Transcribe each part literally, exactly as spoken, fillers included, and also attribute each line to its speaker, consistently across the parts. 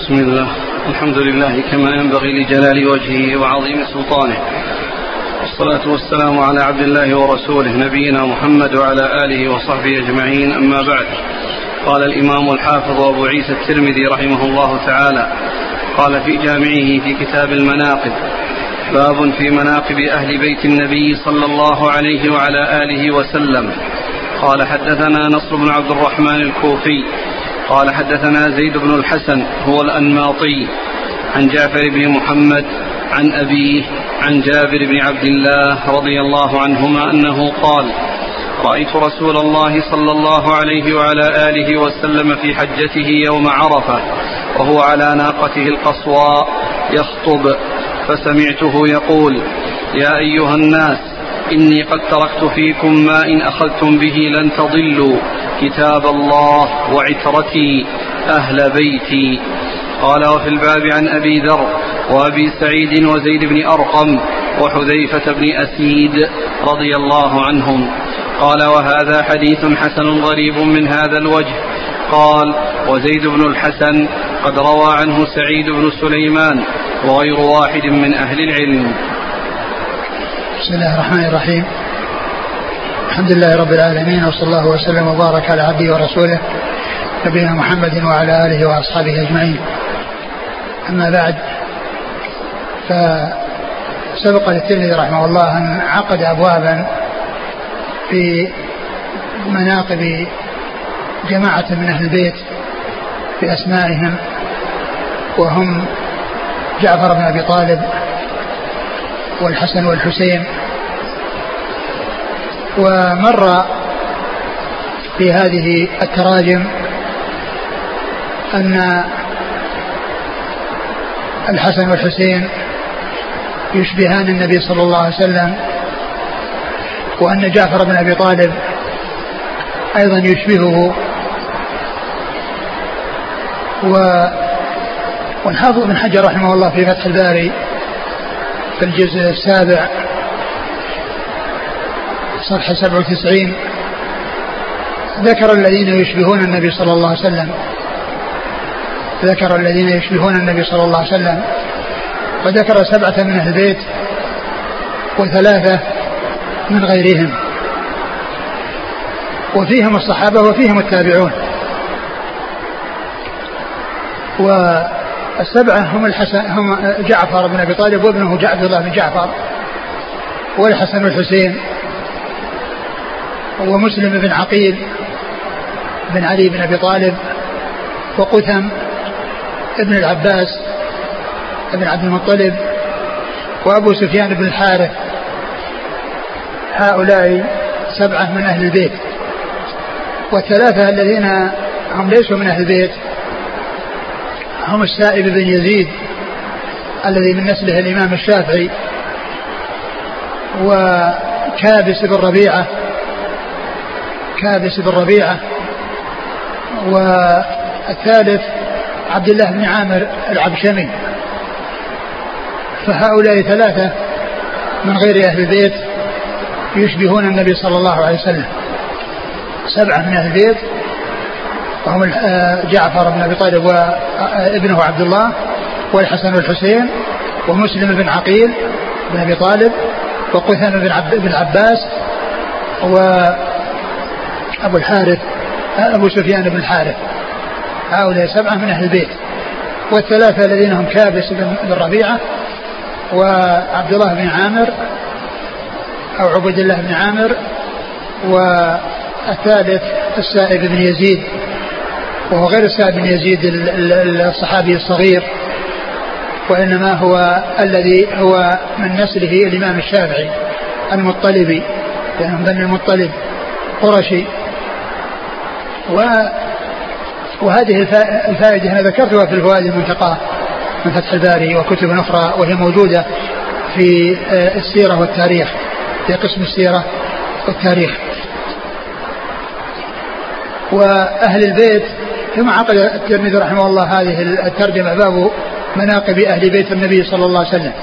Speaker 1: بسم الله، الحمد لله كما ينبغي لجلال وجهه وعظيم سلطانه، والصلاة والسلام على عبد الله ورسوله نبينا محمد وعلى آله وصحبه أجمعين، أما بعد. قال الإمام الحافظ أبو عيسى الترمذي رحمه الله تعالى قال في جامعه في كتاب المناقب: باب في مناقب أهل بيت النبي صلى الله عليه وعلى آله وسلم. قال حدثنا نصر بن عبد الرحمن الكوفي قال حدثنا زيد بن الحسن هو الأنماطي عن جعفر بن محمد عن أبيه عن جابر بن عبد الله رضي الله عنهما أنه قال: رأيت رسول الله صلى الله عليه وعلى آله وسلم في حجته يوم عرفة وهو على ناقته القصواء يخطب، فسمعته يقول: يا أيها الناس، إني قد تركت فيكم ما إن أخذتم به لن تضلوا، كتاب الله وعترتي أهل بيتي. قال: وفي الباب عن أبي ذر وأبي سعيد وزيد بن أرقم وحذيفة بن أسيد رضي الله عنهم. قال: وهذا حديث حسن غريب من هذا الوجه. قال: وزيد بن الحسن قد روى عنه سعيد بن سليمان وغير واحد من أهل العلم.
Speaker 2: بسم الله الرحمن الرحيم. الحمد لله رب العالمين، وصلى الله وسلم وبارك على عبده ورسوله نبينا محمد وعلى آله وأصحابه أجمعين. أما بعد، فسبق للترمذي رحمه الله أن عقد أبوابا في مناقب جماعة من أهل البيت بأسمائهم، وهم جعفر بن أبي طالب والحسن والحسين. ومر في هذه التراجم أن الحسن والحسين يشبهان النبي صلى الله عليه وسلم، وأن جعفر بن أبي طالب أيضا يشبهه. والحافظ بن حجر رحمه الله في فتح الباري في الجزء السابع صفحة سبعة وتسعين ذكر الذين يشبهون النبي صلى الله عليه وسلم ذكر الذين يشبهون النبي صلى الله عليه وسلم وذكر سبعة من أهل البيت وثلاثة من غيرهم، وفيهم الصحابة وفيهم التابعون. والسبعة هم الحسن هم جعفر بن أبي طالب وابنه عبد الله بن جعفر، والحسن والحسين، ومسلم بن عقيل بن علي بن أبي طالب، وقثم ابن العباس ابن عبد المطلب، وأبو سفيان بن الحارث. هؤلاء سبعة من أهل البيت. والثلاثة الذين هم ليسوا من أهل البيت هم السائب بن يزيد الذي من نسله الإمام الشافعي، وكابس بن ربيعة كابس بن ربيعة والثالث عبد الله بن عامر العبشمي. فهؤلاء ثلاثة من غير أهل البيت يشبهون النبي صلى الله عليه وسلم. سبعة من أهل البيت وهم جعفر بن أبي طالب وابنه عبد الله والحسن والحسين ومسلم بن عقيل بن أبي طالب وقثم بن عباس وأبو الحارث أبو سفيان بن الحارث. هؤلاء سبعة من أهل البيت. والثلاثة الذين هم كابس بن ربيعة وعبد الله بن عامر أو عبد الله بن عامر، والثالث السائب بن يزيد وهو غير السائب بن يزيد الصحابي الصغير، وإنما هو الذي هو من نسله الإمام الشافعي المطلبي، لأنهم بني المطلب قرشي. وهذه الفائدة أنا ذكرتها في الفوائد المنتقاة من فتح الباري وكتب أخرى، وهي موجودة في السيرة والتاريخ في قسم السيرة والتاريخ. وأهل البيت ثم عقد الترمذي رحمه الله هذه الترجمة: باب مناقب أهل بيت النبي صلى الله عليه وسلم.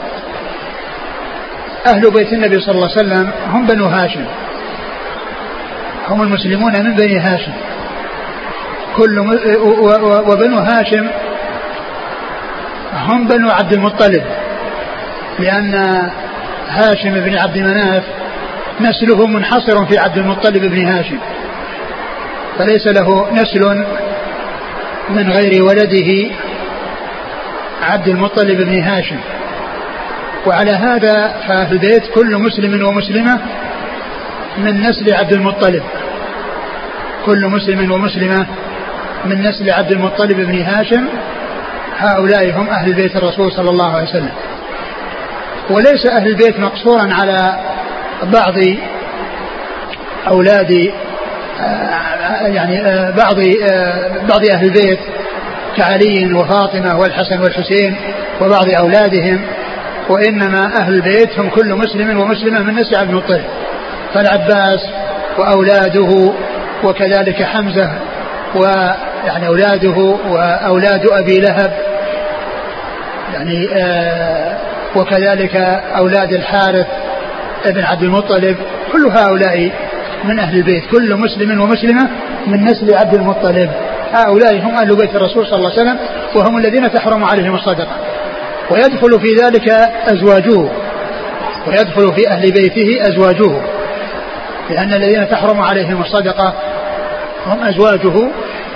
Speaker 2: أهل بيت النبي صلى الله عليه وسلم هم بنو هاشم، هم المسلمون من بني هاشم، كل وبنو هاشم هم بنو عبد المطلب، لأن هاشم بن عبد مناف نسله منحصر في عبد المطلب بن هاشم، فليس له نسل من غير ولده عبد المطلب بن هاشم. وعلى هذا ففي البيت كل مسلم ومسلمة من نسل عبد المطلب، كل مسلم ومسلمة من نسل عبد المطلب بن هاشم، هؤلاء هم أهل بيت الرسول صلى الله عليه وسلم. وليس أهل البيت مقصورا على بعض أولاد يعني بعض بعض أهل البيت كعلي وفاطمة والحسن والحسين وبعض أولادهم، وإنما أهل البيت هم كل مسلم ومسلمة من نسل عبد المطلب، فالعباس وأولاده وكذلك حمزة ويعني أولاده وأولاد أبي لهب يعني آه وكذلك أولاد الحارث ابن عبد المطلب، كل هؤلاء من أهل البيت، كل مسلم ومسلمة من نسل عبد المطلب، هؤلاء هم أهل بيت الرسول صلى الله عليه وسلم، وهم الذين تحرم عليهم الصدقة. ويدخل في ذلك أزواجه، ويدخل في أهل بيته أزواجه، لأن الذين تحرم عليهم الصدقة هم أزواجه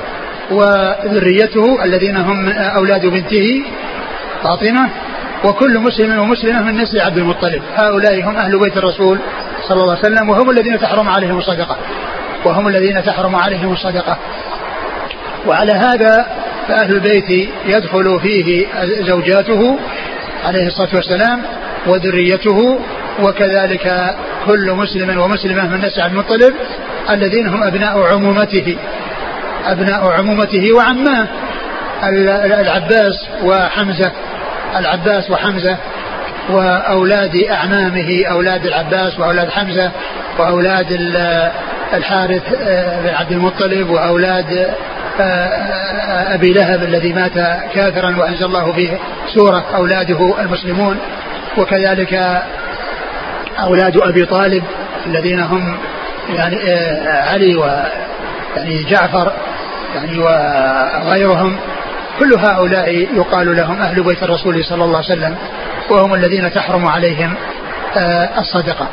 Speaker 2: وذريته الذين هم أولاد بنته فاطمة، وكل مسلم ومسلمة من نسل عبد المطلب، هؤلاء هم أهل بيت الرسول صلى الله عليه وسلم، وهم الذين تحرم عليهم الصدقة وهم الذين تحرم عليهم الصدقة. وعلى هذا فأهل البيت يدخل فيه زوجاته عليه الصلاة والسلام وذريته، وكذلك كل مسلم ومسلمة من نسل عبد المطلب الذين هم أبناء عمومته أبناء عمومته وعماه العباس وحمزة العباس وحمزة وأولاد أعمامه، أولاد العباس وأولاد حمزة وأولاد الحارث بن عبد المطلب وأولاد أبي لهب الذي مات كافرا وأنزل الله فيه سورة أولاده المسلمون، وكذلك أولاد أبي طالب الذين هم يعني علي ويعني جعفر يعني وغيرهم، كل هؤلاء يقال لهم أهل بيت الرسول صلى الله عليه وسلم، وهم الذين تحرم عليهم الصدقة.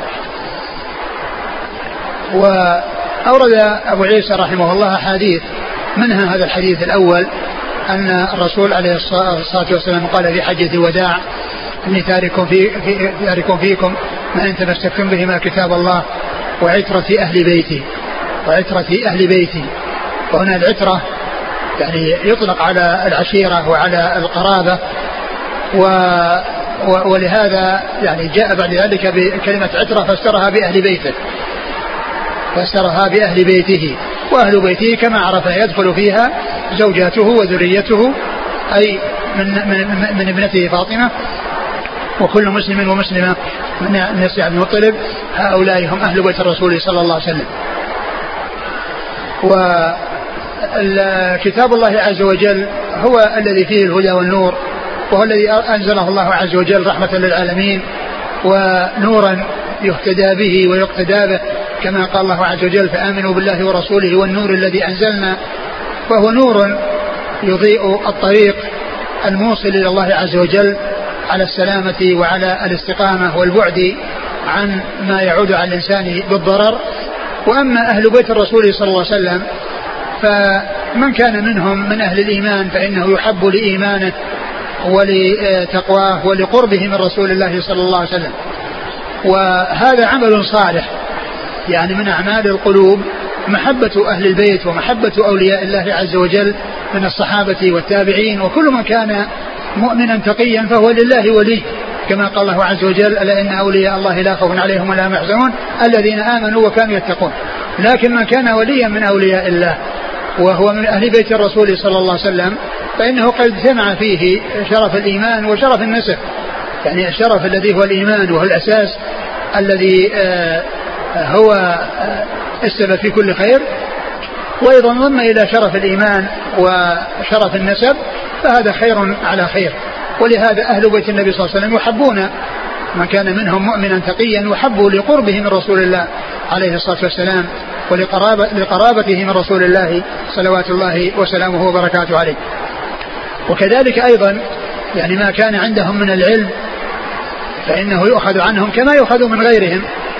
Speaker 2: وأورد أبو عيسى رحمه الله حديث، منها هذا الحديث الأول أن الرسول عليه الصلاة والسلام قال في حجة الوداع: إني تارك في تارك فيكم ما إن تمسكتم بهما كتاب الله وعترة أهل بيتي وعترة أهل بيتي. وهنا العترة يعني يطلق على العشيرة وعلى القرابة، و ولهذا يعني جاء بعد ذلك بكلمة عترة فسرها بأهل بيته فسرها بأهل بيته وأهل بيته كما عرفنا يدخل فيها زوجاته وذريته، أي من, من, من ابنته فاطمة وكل مسلم ومسلمة من نسل عبد المطلب، هؤلاء هم أهل بيت الرسول صلى الله عليه وسلم. وكتاب الله عز وجل هو الذي فيه الهدى والنور، وهو الذي أنزله الله عز وجل رحمة للعالمين ونورا يهتدى به ويقتدى به، كما قال الله عز وجل: فآمنوا بالله ورسوله والنور الذي أنزلنا. فهو نور يضيء الطريق الموصل إلى الله عز وجل على السلامة وعلى الاستقامة والبعد عن ما يعود على الإنسان بالضرر. وأما أهل بيت الرسول صلى الله عليه وسلم فمن كان منهم من أهل الإيمان فإنه يحب لإيمانه ولتقواه ولقربه من رسول الله صلى الله عليه وسلم، وهذا عمل صالح يعني من أعمال القلوب، محبة أهل البيت ومحبة أولياء الله عز وجل من الصحابة والتابعين، وكل من كان مؤمنا تقيا فهو لله ولي، كما قال الله عز وجل: ألا إن أولياء الله لا خوف عليهم ولا هم يحزنون الذين آمنوا وكانوا يتقون. لكن من كان وليا من أولياء الله وهو من أهل بيت الرسول صلى الله عليه وسلم فإنه قد اجتمع فيه شرف الإيمان وشرف النسب، يعني الشرف الذي هو الإيمان وهو الأساس الذي هو السبب في كل خير، وإذا انضم إلى شرف الإيمان وشرف النسب فهذا خير على خير. ولهذا أهل بيت النبي صلى الله عليه وسلم يحبون من كان منهم مؤمنا تقيا، وحبوا لقربه من رسول الله عليه الصلاة والسلام ولقرابته من رسول الله صلوات الله وسلامه وبركاته عليه. وكذلك أيضا يعني ما كان عندهم من العلم فإنه يؤخذ عنهم كما يؤخذ من غيرهم.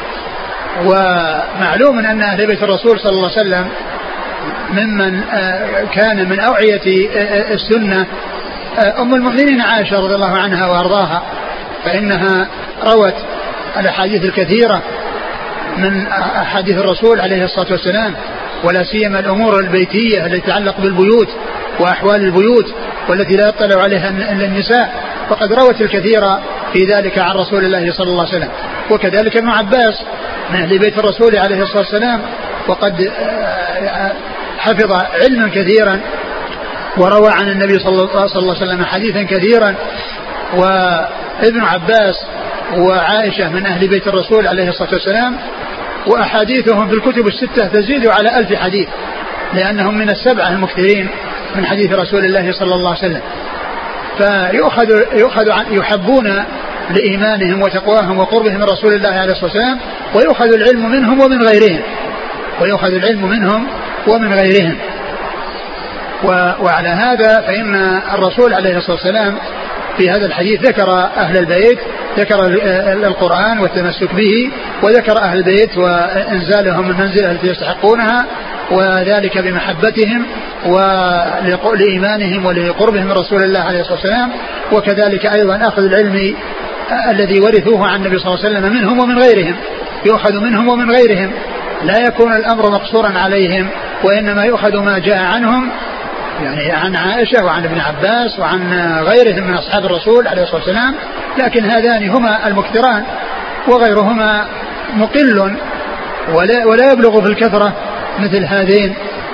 Speaker 2: ومعلوم أن أهل بيت الرسول صلى الله عليه وسلم ممن كان من أوعية السنة أم المؤمنين عائشة رضي الله عنها وأرضاها، فإنها روت الأحاديث الكثيرة من أحاديث الرسول عليه الصلاة والسلام، ولا سيما الأمور البيتية التي تتعلق بالبيوت وأحوال البيوت والتي لا يطلع عليها إلا النساء، فقد روت الكثير في ذلك عن رسول الله صلى الله عليه وسلم. وكذلك ابن عباس من أهل بيت الرسول عليه الصلاة والسلام، وقد حفظ علما كثيرا وروى عن النبي صلى الله عليه وسلم حديثا كثيرا. وابن عباس وعائشة من أهل بيت الرسول عليه الصلاة والسلام، وأحاديثهم في الكتب الستة تزيد على ألف حديث، لأنهم من السبعة المكثرين من حديث رسول الله صلى الله عليه وسلم. فيؤخذ يؤخذ عن يحبون لإيمانهم وتقواهم وقربهم من رسول الله عليه الصلاة والسلام، ويؤخذ العلم منهم ومن غيرهم ويؤخذ العلم منهم ومن غيرهم. وعلى هذا فإن الرسول عليه الصلاة والسلام في هذا الحديث ذكر أهل البيت، ذكر القرآن والتمسك به، وذكر أهل البيت وإنزالهم المنزلة التي يستحقونها، وذلك بمحبتهم ولإيمانهم ولقربهم من رسول الله عليه الصلاة والسلام. وكذلك أيضا أخذ العلم الذي ورثوه عن النبي صلى الله عليه وسلم منهم ومن غيرهم، يؤخذ منهم ومن غيرهم، لا يكون الأمر مقصورا عليهم، وإنما يؤخذ ما جاء عنهم، يعني عن عائشة وعن ابن عباس وعن غيرهم من أصحاب الرسول عليه الصلاة والسلام. لكن هذان هما المكثران، وغيرهما مقل ولا, ولا يبلغ في الكثرة مثل هذين.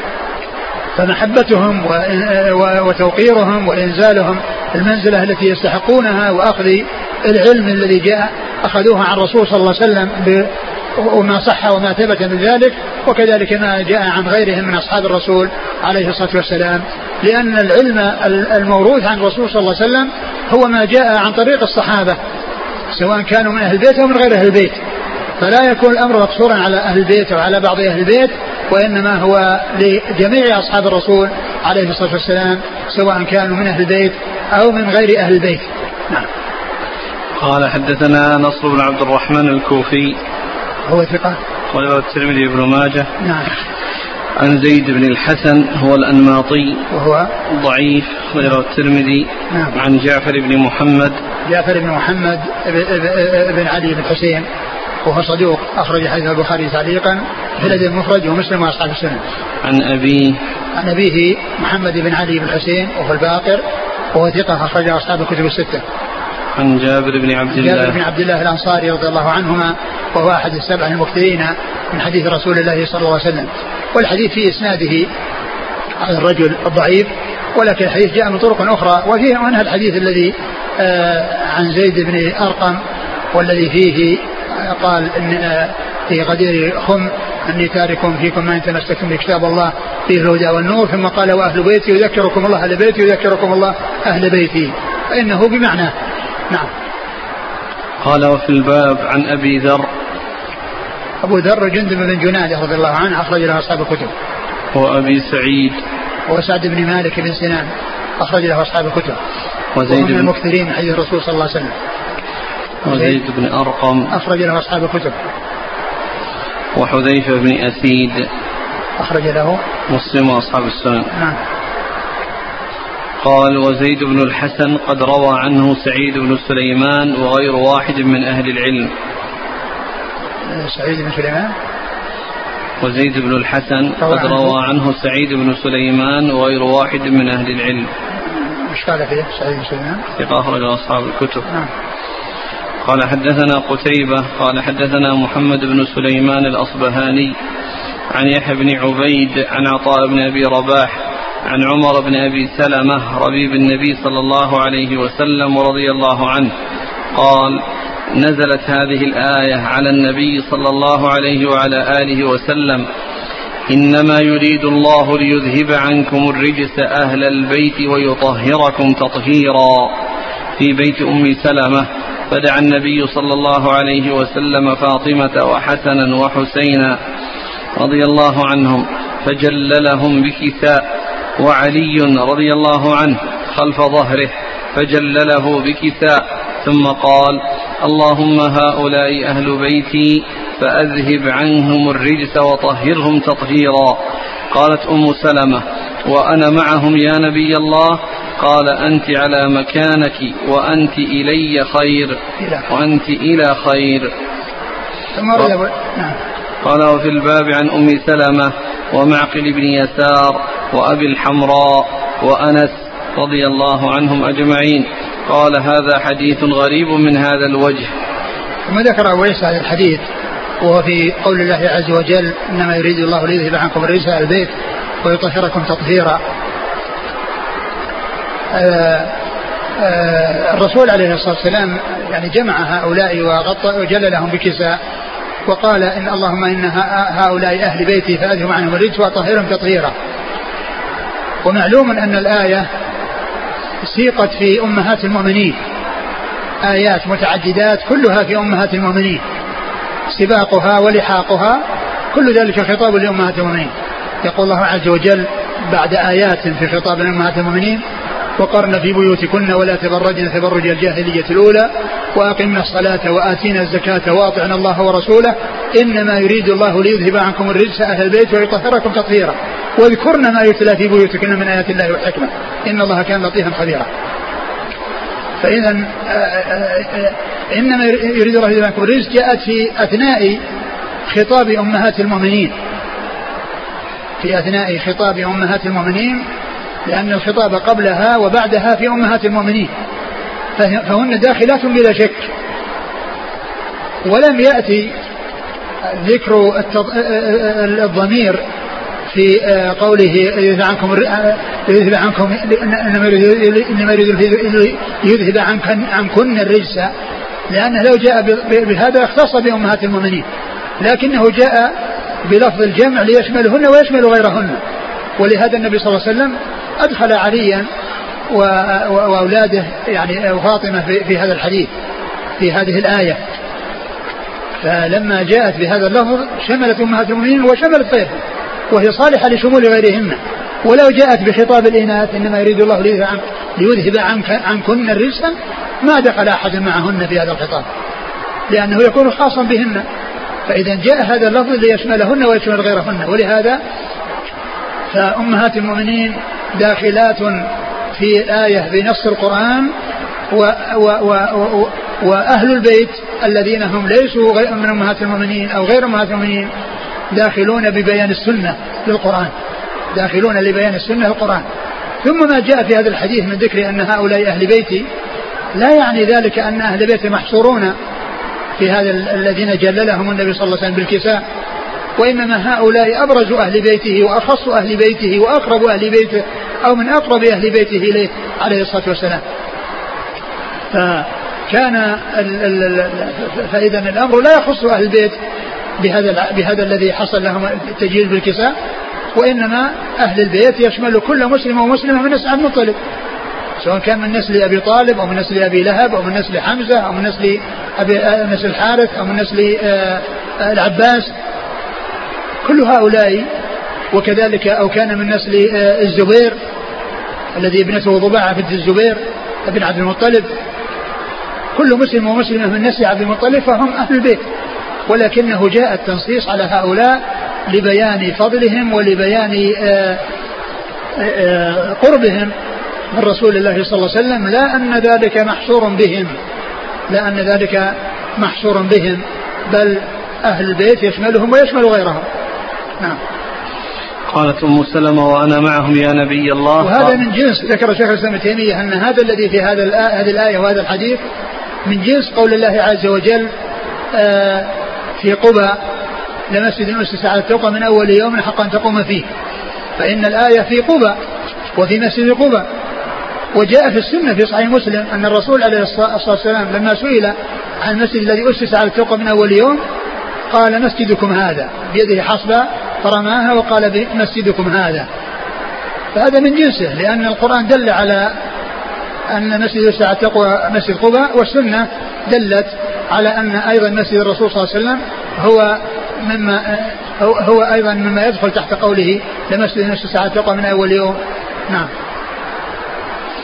Speaker 2: فمحبتهم وتوقيرهم وإنزالهم المنزلة التي يستحقونها، وأخذ العلم الذي جاء أخذوه عن الرسول صلى الله عليه وسلم وما صح وما ثبت من ذلك، وكذلك ما جاء عن غيرهم من أصحاب الرسول عليه الصلاة والسلام. لأن العلم الموروث عن الرسول صلى الله عليه وسلم هو ما جاء عن طريق الصحابة، سواء كانوا من أهل البيت أو من غير أهل البيت، فلا يكون الأمر مقصورا على أهل البيت أو على بعض أهل البيت، وإنما هو لجميع أصحاب الرسول عليه الصلاة والسلام، سواء كانوا من أهل البيت أو من غير أهل البيت. نعم.
Speaker 1: قال حدثنا نصر بن عبد الرحمن الكوفي
Speaker 2: هو ثقة،
Speaker 1: وله الترمذي بن ماجه.
Speaker 2: نعم.
Speaker 1: عن زيد بن الحسن هو الأنماطي
Speaker 2: وهو
Speaker 1: ضعيف، وله الترمذي.
Speaker 2: نعم.
Speaker 1: عن جعفر بن محمد
Speaker 2: جعفر بن محمد بن علي بن حسين وهو صدوق، أخرج حديث البخاري تعليقا في الأدب المفرد ومسلم وأصحاب السنن.
Speaker 1: عن أبيه
Speaker 2: عن أبيه محمد بن علي بن حسين وهو الباقر وهو ثقة، أخرج أصحاب الكتب الستة.
Speaker 1: عن جابر بن عبد الله
Speaker 2: جابر بن عبد الله الأنصاري رضي الله عنهما، وهو أحد السبعة المكثرين من حديث رسول الله صلى الله عليه وسلم. والحديث في إسناده عن الرجل الضعيف، ولكن الحديث جاء من طرق أخرى، وفيه منها الحديث الذي آه عن زيد بن أرقم، والذي فيه آه قال إن آه في غدير خم أني تارك فيكم ما إن تمسكتم بكتاب الله فيه الهدى والنور، ثم قال وأهل بيتي يذكركم الله أهل بيتي يذكركم الله أهل بيتي، فإنه بمعنى. نعم.
Speaker 1: قال وفي الباب عن أبي ذر.
Speaker 2: أبو ذر جندب بن جنادة رضي الله عنه، أخرج له أصحاب الكتب.
Speaker 1: وأبي سعيد
Speaker 2: وسعد بن مالك بن سنان، أخرج له أصحاب الكتب.
Speaker 1: وزيد
Speaker 2: بن المكثرين من حديث الرسول صلى الله عليه وسلم.
Speaker 1: وزيد بن أرقم،
Speaker 2: أخرج له أصحاب الكتب.
Speaker 1: وحذيفة بن أسيد،
Speaker 2: أخرج له
Speaker 1: مسلم وأصحاب السنن.
Speaker 2: نعم.
Speaker 1: قال وزيد بن الحسن قد روى عنه سعيد بن سليمان وغير واحد من أهل العلم.
Speaker 2: سعيد بن سليمان
Speaker 1: وزيد بن الحسن قد روى عنه سعيد بن سليمان وغير واحد من أهل العلم.
Speaker 2: مش قال فيه سعيد بن سليمان؟
Speaker 1: ثقة، أخرج أصحاب الكتب.
Speaker 2: نعم.
Speaker 1: قال حدثنا قتيبة قال حدثنا محمد بن سليمان الأصبهاني عن يحيى بن عبيد عن عطاء بن أبي رباح عن عمر بن أبي سلمة ربيب النبي صلى الله عليه وسلم ورضي الله عنه قال نزلت هذه الآية على النبي صلى الله عليه وعلى آله وسلم إنما يريد الله ليذهب عنكم الرجس أهل البيت ويطهركم تطهيرا في بيت أم سلمة. فدعا النبي صلى الله عليه وسلم فاطمة وحسنا وحسينا رضي الله عنهم فجللهم بكساء، وعلي رضي الله عنه خلف ظهره فجلله بكساء ثم قال: اللهم هؤلاء أهل بيتي فأذهب عنهم الرجس وطهرهم تطهيرا. قالت أم سلمة: وأنا معهم يا نبي الله؟ قال: أنت على مكانك وأنت إلي خير وأنت إلى خير. قال: وفي الباب عن أم سلمة ومعقل بن يسار وأبي الحمراء وأنس رضي الله عنهم أجمعين. قال: هذا حديث غريب من هذا الوجه.
Speaker 2: ثم ذكر أويس هذا الحديث وهو في قول الله عز وجل: إنما يريد الله ليذهب عنكم الرجس أهل البيت ويطهركم تطهيرا. آآ آآ الرسول عليه الصلاة والسلام يعني جمع هؤلاء وغطى وجللهم بكساء وقال: إن اللهم إن هؤلاء أهل بيتي فأذهب عنهم الرجس وأطهرهم تطهيرا. ومعلوم أن الآية سيقت في أمهات المؤمنين، آيات متعددات كلها في أمهات المؤمنين، سباقها ولحاقها كل ذلك خطاب لأمهات المؤمنين. يقول الله عز وجل بعد آيات في خطاب لأمهات المؤمنين: وقرن في بيوتكن ولا تبرجن تبرج الجاهلية الأولى وأقمنا الصلاة وآتينا الزكاة وأطعنا الله ورسوله إنما يريد الله ليذهب عنكم الرجس أهل البيت ويطهركم تطهيرا واذكرن ما يتلى في بيوتكن من آيات الله والحكمة إن الله كان لطيفا خبيرا. فإذا إنما يريد الله ليذهب عنكم الرجس جاءت في أثناء خطاب أمهات المؤمنين، في أثناء خطاب أمهات المؤمنين، لأن الخطاب قبلها وبعدها في أمهات المؤمنين، فهن داخلات بلا شك. ولم يأتي ذكر الضمير في قوله يذهب عنكم يذهب عنكم إنما يريد يذهب عنكن الرجس، لأنه لو جاء بهذا اختص بأمهات المؤمنين، لكنه جاء بلفظ الجمع ليشملهن ويشمل غيرهن. ولهذا النبي صلى الله عليه وسلم أدخل عليا وأولاده يعني وفاطمة في, في هذا الحديث في هذه الآية، فلما جاءت بهذا اللفظ شملت أمهات المؤمنين وشملت غيرهم، وهي صالحة لشمول غيرهن. ولو جاءت بخطاب الإناث إنما يريد الله ليذهب عنكن الرجس ما دخل أحد معهن في هذا الخطاب، لأنه يكون خاصا بهن. فإذا جاء هذا اللفظ ليشملهن ويشمل غيرهن. ولهذا فأمهات المؤمنين داخلات في آية بنص القرآن، و و و و وأهل البيت الذين هم ليسوا غير من أمهات المؤمنين أو غير أمهات المؤمنين داخلون ببيان السنة للقرآن، داخلون لبيان السنة للقرآن. ثم ما جاء في هذا الحديث من ذكر أن هؤلاء أهل بيتي لا يعني ذلك أن أهل بيتي محصورون في هذا الذين جللهم النبي صلى الله عليه وسلم بالكساء، وإنما هؤلاء أبرز أهل بيته وأخص أهل بيته وأقرب أهل بيته أو من أقرب أهل بيته إليه عليه الصلاة والسلام. فكان فإذا الأمر لا يخص أهل البيت بهذا بهذا الذي حصل لهم التجليل بالكساء، وإنما أهل البيت يشمل كل مسلم ومسلمة من نسل عبد المطلب، سواء كان من نسل أبي طالب أو من نسل أبي لهب أو من نسل حمزة أو من نسل أبي نسل الحارث أو من نسل العباس، كل هؤلاء. وكذلك أو كان من نسل الزبير الذي ابنته ضباعة بنت الزبير ابن عبد المطلب، كل مسلم ومسلمة من نسل عبد المطلب فهم أهل البيت، ولكنه جاء التنصيص على هؤلاء لبيان فضلهم ولبيان قربهم من رسول الله صلى الله عليه وسلم، لا أن ذلك محصور بهم، لا أن ذلك محصور بهم، بل أهل البيت يشملهم ويشمل غيرهم. نعم.
Speaker 1: قالت أم سلمة: وأنا معهم يا نبي الله.
Speaker 2: وهذا من جنس، ذكر شيخ الإسلام ابن تيمية أن هذا الذي في هذا هذه الآية وهذا الحديث من جنس قول الله عز وجل في قبى: لمسجد أسس على التقوى من أول يوم حق أن تقوم فيه. فإن الآية في قبى وفي مسجد قبى. وجاء في السنة في صحيح مسلم أن الرسول عليه الصلاة والسلام لما سئل عن المسجد الذي أسس على التقوى من أول يوم قال: مسجدكم هذا، بيده حصبة فرماها وقال: مسجدكم هذا. فهذا من جنسه، لأن القرآن دل على أن مسجد أسس على التقوى مسجد قبى، والسنة دلت على أن أيضا مسجد الرسول صلى الله عليه وسلم هو مما هو أيضا مما يدخل تحت قوله: لمسجد أسس على التقوى من أول يوم. نعم.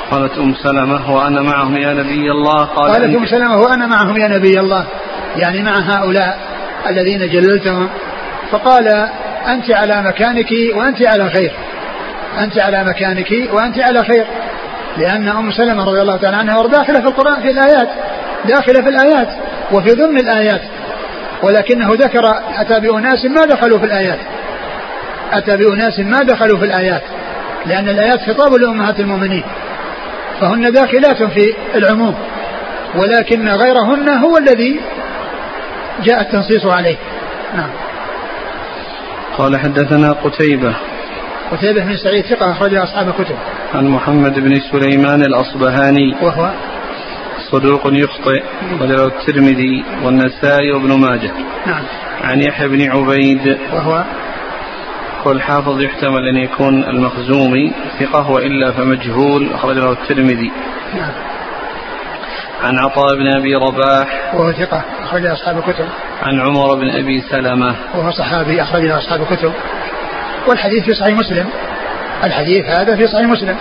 Speaker 1: قالت أم سلمة وأنا معهم يا نبي الله. قال
Speaker 2: قالت أم سلمة وأنا معهم يا نبي الله، يعني مع هؤلاء الذين جللتهم. فقال أنت على مكانك وأنت على خير، أنت على مكانك وأنت على خير، لأن أم سلمة رضي الله تعالى عنها داخلة في القرآن في الآيات، داخلة في الآيات وفي ضمن الآيات، ولكنه ذكر أتى بأناس ما دخلوا في الآيات، أتى بأناس ما دخلوا في الآيات، لأن الآيات خطاب لأمهات المؤمنين فهن داخلات في العموم، ولكن غيرهن هو الذي جاء التنصيص عليه. نعم.
Speaker 1: قال حدثنا قتيبة
Speaker 2: قتيبة بن سعيد ثقة أخرج أصحاب الكتب.
Speaker 1: عن محمد بن سليمان الأصبهاني وهو صدوق يخطئ وله الترمذي والنسائي وابن ماجه.
Speaker 2: نعم.
Speaker 1: عن يحيى بن عبيد
Speaker 2: وهو
Speaker 1: هو الحافظ يحتمل أن يكون المخزومي ثقة وإلا فمجهول أخرجه الترمذي.
Speaker 2: نعم.
Speaker 1: عن عطاء بن أبي رباح
Speaker 2: وهو ثقة أخرج أصحاب الكتب.
Speaker 1: عن عمر بن أبي سلمة
Speaker 2: وهو صحابي أخرج أصحاب الكتب. والحديث في صحيح مسلم، الحديث هذا في صحيح مسلم،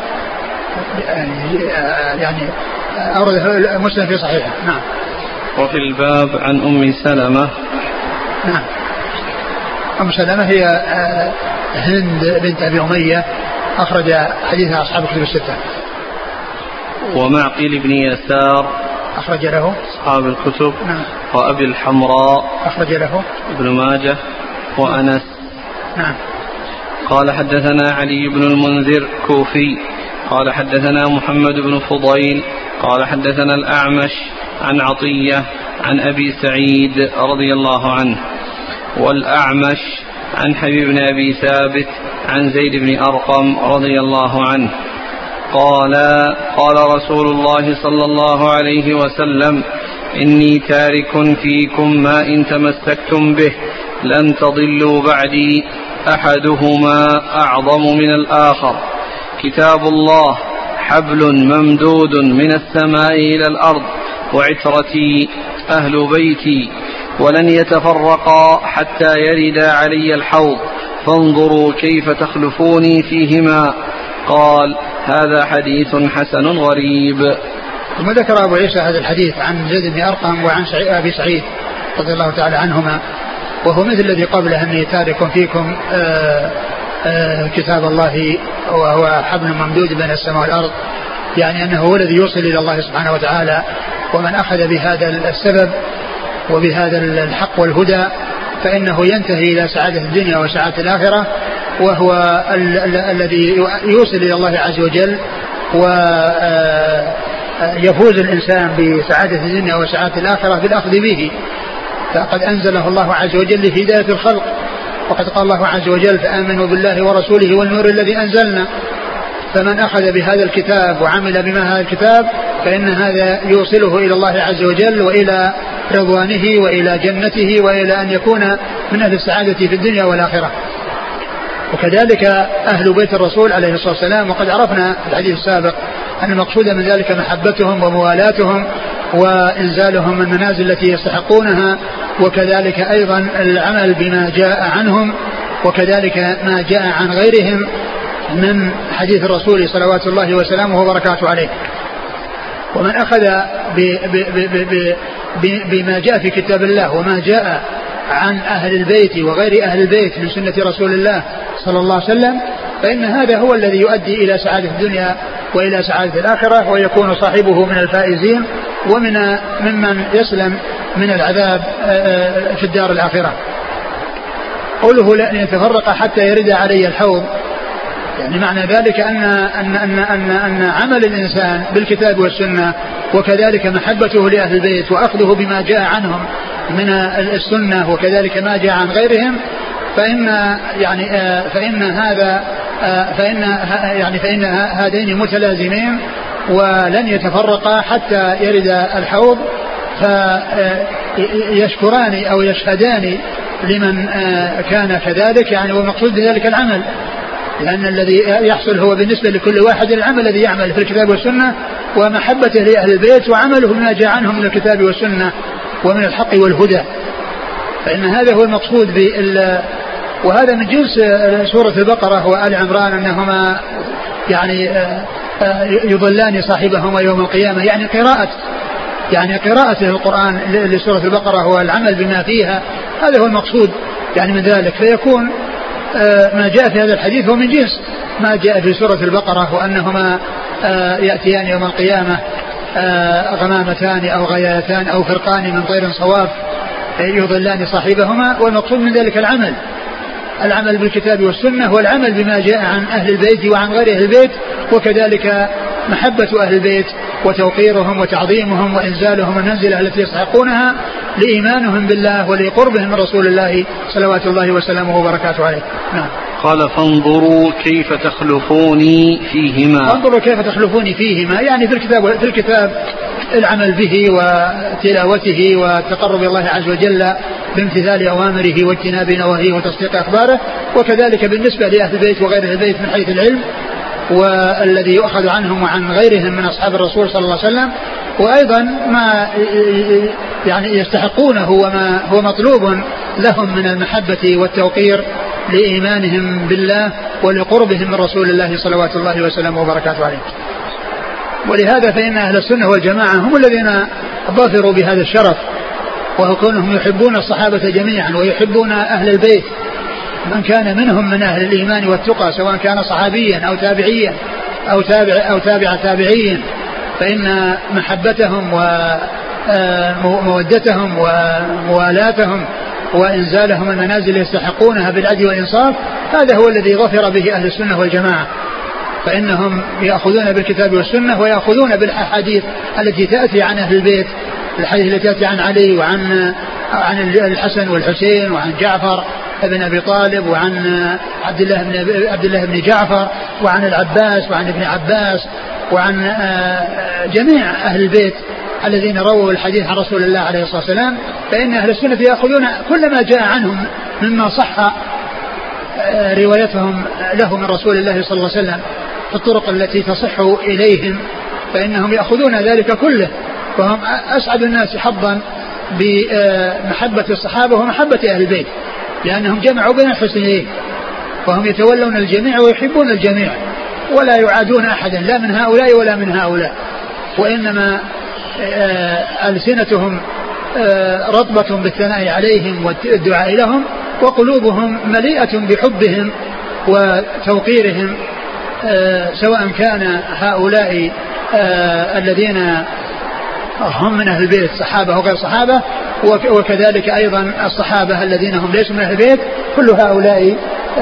Speaker 2: يعني أورده مسلم في صحيحه. نعم.
Speaker 1: وفي الباب عن أم سلمة.
Speaker 2: نعم. أم سلمة هي هند بنت أبي أمية أخرج حديثها أصحاب الكتب الستة.
Speaker 1: ومعقل بن يسار
Speaker 2: أخرج له
Speaker 1: أصحاب الكتب.
Speaker 2: نعم.
Speaker 1: وأبي الحمراء
Speaker 2: أخرج له
Speaker 1: ابن ماجه وأنس.
Speaker 2: نعم.
Speaker 1: قال حدثنا علي بن المنذر كوفي قال حدثنا محمد بن فضيل قال حدثنا الأعمش عن عطية عن أبي سعيد رضي الله عنه، والأعمش عن حبيب بن أبي ثابت عن زيد بن أرقم رضي الله عنه قال قال رسول الله صلى الله عليه وسلم إني تارك فيكم ما إن تمسكتم به لن تضلوا بعدي أحدهما أعظم من الآخر، كتاب الله حبل ممدود من السماء إلى الأرض، وعترتي أهل بيتي، ولن يتفرقا حتى يرد علي الحوض، فانظروا كيف تخلفوني فيهما. قال هذا حديث حسن غريب.
Speaker 2: ثم ذكر أبو عيسى هذا الحديث عن زيد بن أرقم وعن أبي سعيد رضي الله تعالى عنهما، وهو مثل الذي قبله أني تارك فيكم آآ آآ كتاب الله وهو حبل ممدود بين السماء والأرض، يعني أنه هو الذي يوصل إلى الله سبحانه وتعالى، ومن أخذ بهذا السبب وبهذا الحق والهدى فإنه ينتهي إلى سعادة الدنيا وسعادة الآخرة، وهو ال- ال- الذي يوصل إلى الله عز وجل ويفوز الإنسان بسعادة الدنيا وسعادة الآخرة بالأخذ به. فقد أنزله الله عز وجل لهداية الخلق، وقد قال الله عز وجل فآمنوا بالله ورسوله والنور الذي أنزلنا. فمن أخذ بهذا الكتاب وعمل بما هذا الكتاب فإن هذا يوصله إلى الله عز وجل وإلى رضوانه وإلى جنته وإلى أن يكون من أهل السعادة في الدنيا والآخرة. وكذلك أهل بيت الرسول عليه الصلاة والسلام، وقد عرفنا في الحديث السابق أن المقصود من ذلك محبتهم وموالاتهم وإنزالهم المنازل التي يستحقونها، وكذلك أيضا العمل بما جاء عنهم، وكذلك ما جاء عن غيرهم من حديث الرسول صلوات الله وسلامه وبركاته عليه. ومن أخذ ب ب ب ب ب بما جاء في كتاب الله وما جاء عن أهل البيت وغير أهل البيت من سنة رسول الله صلى الله عليه وسلم فإن هذا هو الذي يؤدي إلى سعادة الدنيا وإلى سعادة الآخرة، ويكون صاحبه من الفائزين ومن ممن يسلم من العذاب في الدار الآخرة. قوله لن يتفرق حتى يرد علي الحوض، يعني معنى ذلك أن, أن, أن, أن, أن عمل الإنسان بالكتاب والسنة وكذلك محبته لأهل البيت وأخذه بما جاء عنهم من السنة وكذلك ما جاء عن غيرهم فإن يعني فإن هذا فإن يعني فإن هذين متلازمين ولن يتفرقا حتى يرد الحوض، فيشكران أو يشهدان لمن كان كذلك، يعني والمقصود بذلك العمل، لأن الذي يحصل هو بالنسبة لكل واحد العمل الذي يعمل في الكتاب والسنة ومحبته لأهل البيت وعمله بما جاء عنهم من الكتاب والسنة ومن الحق والهدى، فإن هذا هو المقصود بال وهذا من جنس سورة البقرة وآل عمران، أنهما يعني يضلان صاحبهما يوم القيامة، يعني قراءة يعني قراءته القرآن لسورة البقرة والعمل بما فيها، هذا هو المقصود يعني من ذلك. فيكون ما جاء في هذا الحديث هو من جنس ما جاء في سورة البقرة، وأنهما يأتيان يوم القيامة غمامتان أو غيايتان أو فرقان من طير صواف يضلان صاحبهما. والمقصود من ذلك العمل العمل بالكتاب والسنة، والعمل بما جاء عن أهل البيت وعن غير أهل البيت، وكذلك محبة أهل البيت وتوقيرهم وتعظيمهم وإنزالهم المنزلة التي يستحقونها لإيمانهم بالله ولقربهم من رسول الله صلوات الله وسلامه وبركاته عليه. نعم.
Speaker 1: قال فانظروا كيف تخلفوني فيهما.
Speaker 2: فانظروا كيف تخلفوني فيهما، يعني في الكتاب, في الكتاب العمل به وتلاوته والتقرب إلى الله عز وجل بامتثال أوامره واجتناب نواهيه وتصديق أخباره، وكذلك بالنسبة لأهل البيت وغير أهل البيت من حيث العلم والذي يؤخذ عنهم وعن غيرهم من أصحاب الرسول صلى الله عليه وسلم، وأيضا ما يعني يستحقونه وما هو مطلوب لهم من المحبة والتوقير لإيمانهم بالله ولقربهم من رسول الله صلوات الله وسلامه وبركاته عليه. ولهذا فإن أهل السنة والجماعة هم الذين ظفروا بهذا الشرف، وهو كونهم يحبون الصحابة جميعا ويحبون أهل البيت من كان منهم من أهل الإيمان والتقى، سواء كان صحابيا أو تابعيا أو تابع أو تابع تابعيا، فإن محبتهم ومودتهم وموالاتهم وإنزالهم المنازل يستحقونها بالعدل والإنصاف، هذا هو الذي ظفر به أهل السنة والجماعة. فإنهم يأخذون بالكتاب والسنة ويأخذون بالأحاديث التي تأتي عن أهل البيت، الحديث التي تأتي عن علي وعن عن الحسن والحسين وعن جعفر ابن أبي طالب وعن عبد الله بن عبد الله بن جعفر وعن العباس وعن ابن عباس وعن جميع أهل البيت الذين رووا الحديث عن رسول الله عليه الصلاة والسلام. فإن أهل السنة يأخذون كل ما جاء عنهم مما صح روايتهم له من رسول الله صلى الله عليه وسلم في الطرق التي تصح إليهم، فإنهم يأخذون ذلك كله، وهم أسعد الناس حظا بمحبة الصحابة ومحبة أهل البيت، لأنهم جمعوا بين الحسنين، وهم يتولون الجميع ويحبون الجميع ولا يعادون أحدا لا من هؤلاء ولا من هؤلاء، وإنما ألسنتهم رطبة بالثناء عليهم والدعاء لهم، وقلوبهم مليئة بحبهم وتوقيرهم، سواء كان هؤلاء الذين هم من أهل البيت صحابة وغير صحابة، وكذلك أيضا الصحابة الذين هم ليسوا من أهل البيت. كل هؤلاء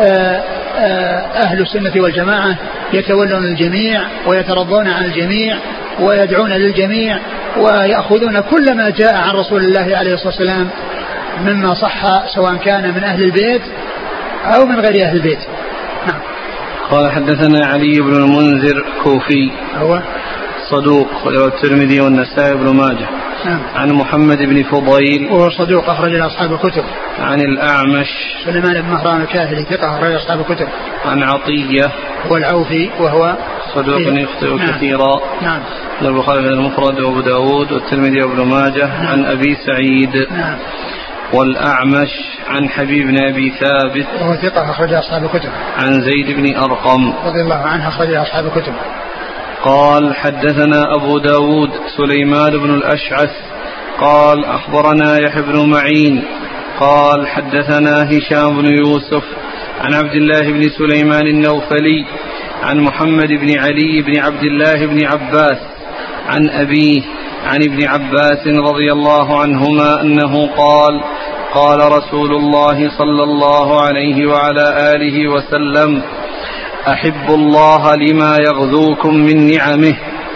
Speaker 2: أهل السنة والجماعة يتولون الجميع ويترضون عن الجميع ويدعون للجميع ويأخذون كل ما جاء عن رسول الله عليه الصلاة والسلام مما صح، سواء كان من أهل البيت أو من غير أهل البيت. نعم.
Speaker 1: قال حدثنا علي بن المنذر كوفي
Speaker 2: هو
Speaker 1: صدوق وله الترمذي والنسائي بن ماجه.
Speaker 2: نعم.
Speaker 1: عن محمد بن فضيل
Speaker 2: وهو صدوق أخرج له أصحاب الكتب.
Speaker 1: عن الأعمش
Speaker 2: سليمان بن مهران الكاهلي ثقة أخرج أصحاب الكتب.
Speaker 1: عن عطية
Speaker 2: والعوفي وهو
Speaker 1: صدوق يخطئ
Speaker 2: نعم.
Speaker 1: كثيرا.
Speaker 2: نعم.
Speaker 1: البخاري المفرد وأبو داود والترمذي وابن ماجه. نعم. عن أبي سعيد.
Speaker 2: نعم.
Speaker 1: والأعمش عن حبيب بن أبي ثابت
Speaker 2: وهو ثقة أخرج أصحاب الكتب.
Speaker 1: عن زيد بن أرقم
Speaker 2: رضي الله عنه أخرج أصحاب الكتب.
Speaker 1: قال حدثنا أبو داود سليمان بن الأشعث قال أخبرنا يحيى بن معين قال حدثنا هشام بن يوسف عن عبد الله بن سليمان النوفلي عن محمد بن علي بن عبد الله بن عباس عن أبيه عن ابن عباس رضي الله عنهما أنه قال قال رسول الله صلى الله عليه وعلى آله وسلم أحبوا الله لما يغذوكم من نعمه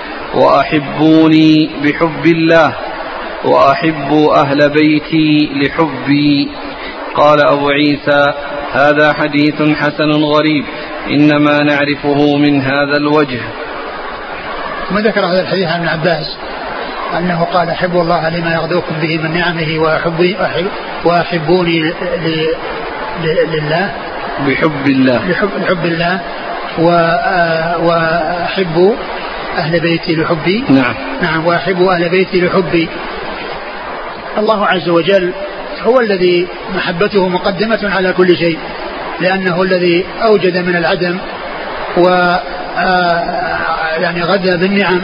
Speaker 1: وأحبوني بحب الله وأحبوا أهل بيتي لحبي. قال أبو عيسى هذا حديث حسن غريب إنما نعرفه من هذا الوجه.
Speaker 2: ثم ذكر هذا الحديث عن ابن عباس أنه قال أحبوا الله لما يغذوكم به من نعمه وأحبوني لله
Speaker 1: بحب الله
Speaker 2: بحب, بحب الله وأحبوا أهل بيتي لحبي.
Speaker 1: نعم.
Speaker 2: نعم. وأحبوا أهل بيتي لحبي. الله عز وجل هو الذي محبته مقدمة على كل شيء، لأنه الذي أوجد من العدم وجعل يعني غذى بالنعم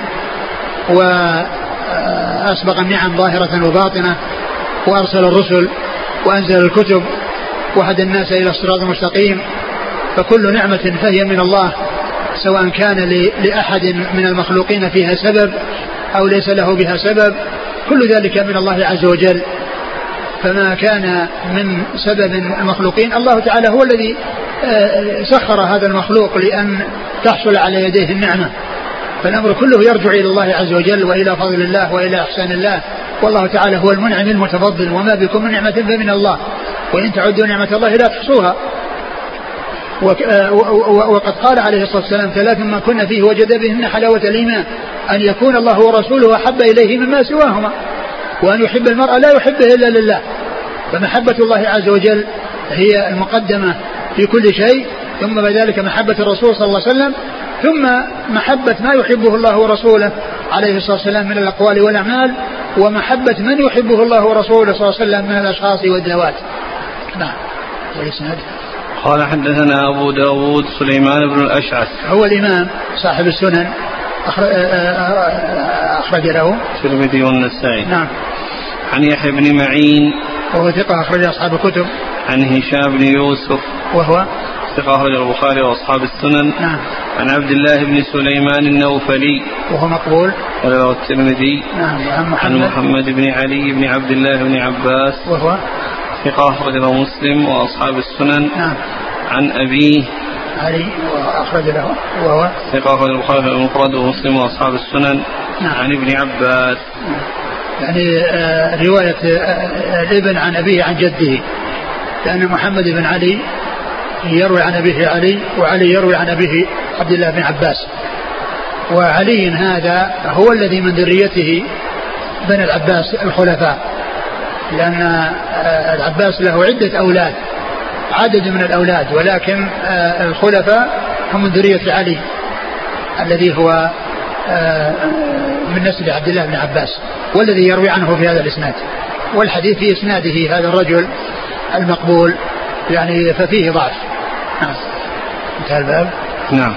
Speaker 2: وأسبق النعم ظاهرة وباطنة، وأرسل الرسل وأنزل الكتب وهدى الناس إلى الصراط المستقيم. فكل نعمة فهي من الله، سواء كان لأحد من المخلوقين فيها سبب أو ليس له بها سبب، كل ذلك من الله عز وجل. فما كان من سبب المخلوقين الله تعالى هو الذي سخر هذا المخلوق لأن تحصل على يديه النعمة، فالأمر كله يرجع إلى الله عز وجل وإلى فضل الله وإلى إحسان الله، والله تعالى هو المنعم المتفضل، وما بكم من نعمة فمن الله، وإن تعدوا نعمة الله لا تحصوها. وقد قال عليه الصلاة والسلام ثلاث ما كنا فيه وجد بهن حلاوة الإيمان: أن يكون الله ورسوله أحب إليه مما سواهما، وأن يحب المرء لا يحبه إلا لله. فمحبة الله عز وجل هي المقدمة في كل شيء، ثم بعد ذلك محبة الرسول صلى الله عليه وسلم، ثم محبة ما يحبه الله ورسوله عليه الصلاة والسلام من الأقوال والأعمال، ومحبة من يحبه الله ورسوله صلى الله عليه وسلم من الأشخاص والذوات. نعم.
Speaker 1: قال حدثنا أبو داود سليمان بن الأشعث،
Speaker 2: هو الإمام صاحب السنن، أخرج له
Speaker 1: الترمذي والنسائي.
Speaker 2: نعم.
Speaker 1: عن يحيى بن معين
Speaker 2: وهو ثقة أخرج أصحاب الكتب.
Speaker 1: عن هشام بن يوسف
Speaker 2: وهو
Speaker 1: ثقة أخرج البخاري وأصحاب السنن.
Speaker 2: نعم.
Speaker 1: عن عبد الله بن سليمان النوفلي
Speaker 2: وهو مقبول
Speaker 1: وله الترمذي.
Speaker 2: نعم.
Speaker 1: عن محمد, عن محمد بن علي بن عبد الله بن عباس
Speaker 2: وهو
Speaker 1: ثقة أخرج له مسلم وأصحاب السنن.
Speaker 2: نعم.
Speaker 1: عن أبيه
Speaker 2: علي وأخرج له وهو
Speaker 1: ثقة أخرج البخاري المفرد ومسلم وأصحاب السنن.
Speaker 2: نعم.
Speaker 1: عن ابن عباس،
Speaker 2: يعني آه رواية آه الابن عن أبيه عن جده، لأن محمد بن علي يروي عن أبيه علي، وعلي يروي عن أبيه عبد الله بن عباس. وعلي هذا هو الذي من ذريته بني العباس الخلفاء، لأن آه العباس له عدة أولاد، عدد من الأولاد، ولكن آه الخلفاء هم من ذرية علي الذي هو آه من نسل عبد الله بن عباس، والذي يروي عنه في هذا الإسناد. والحديث في إسناده هذا الرجل المقبول، يعني ففيه ضعف. نعم. انتهى الباب.
Speaker 1: نعم.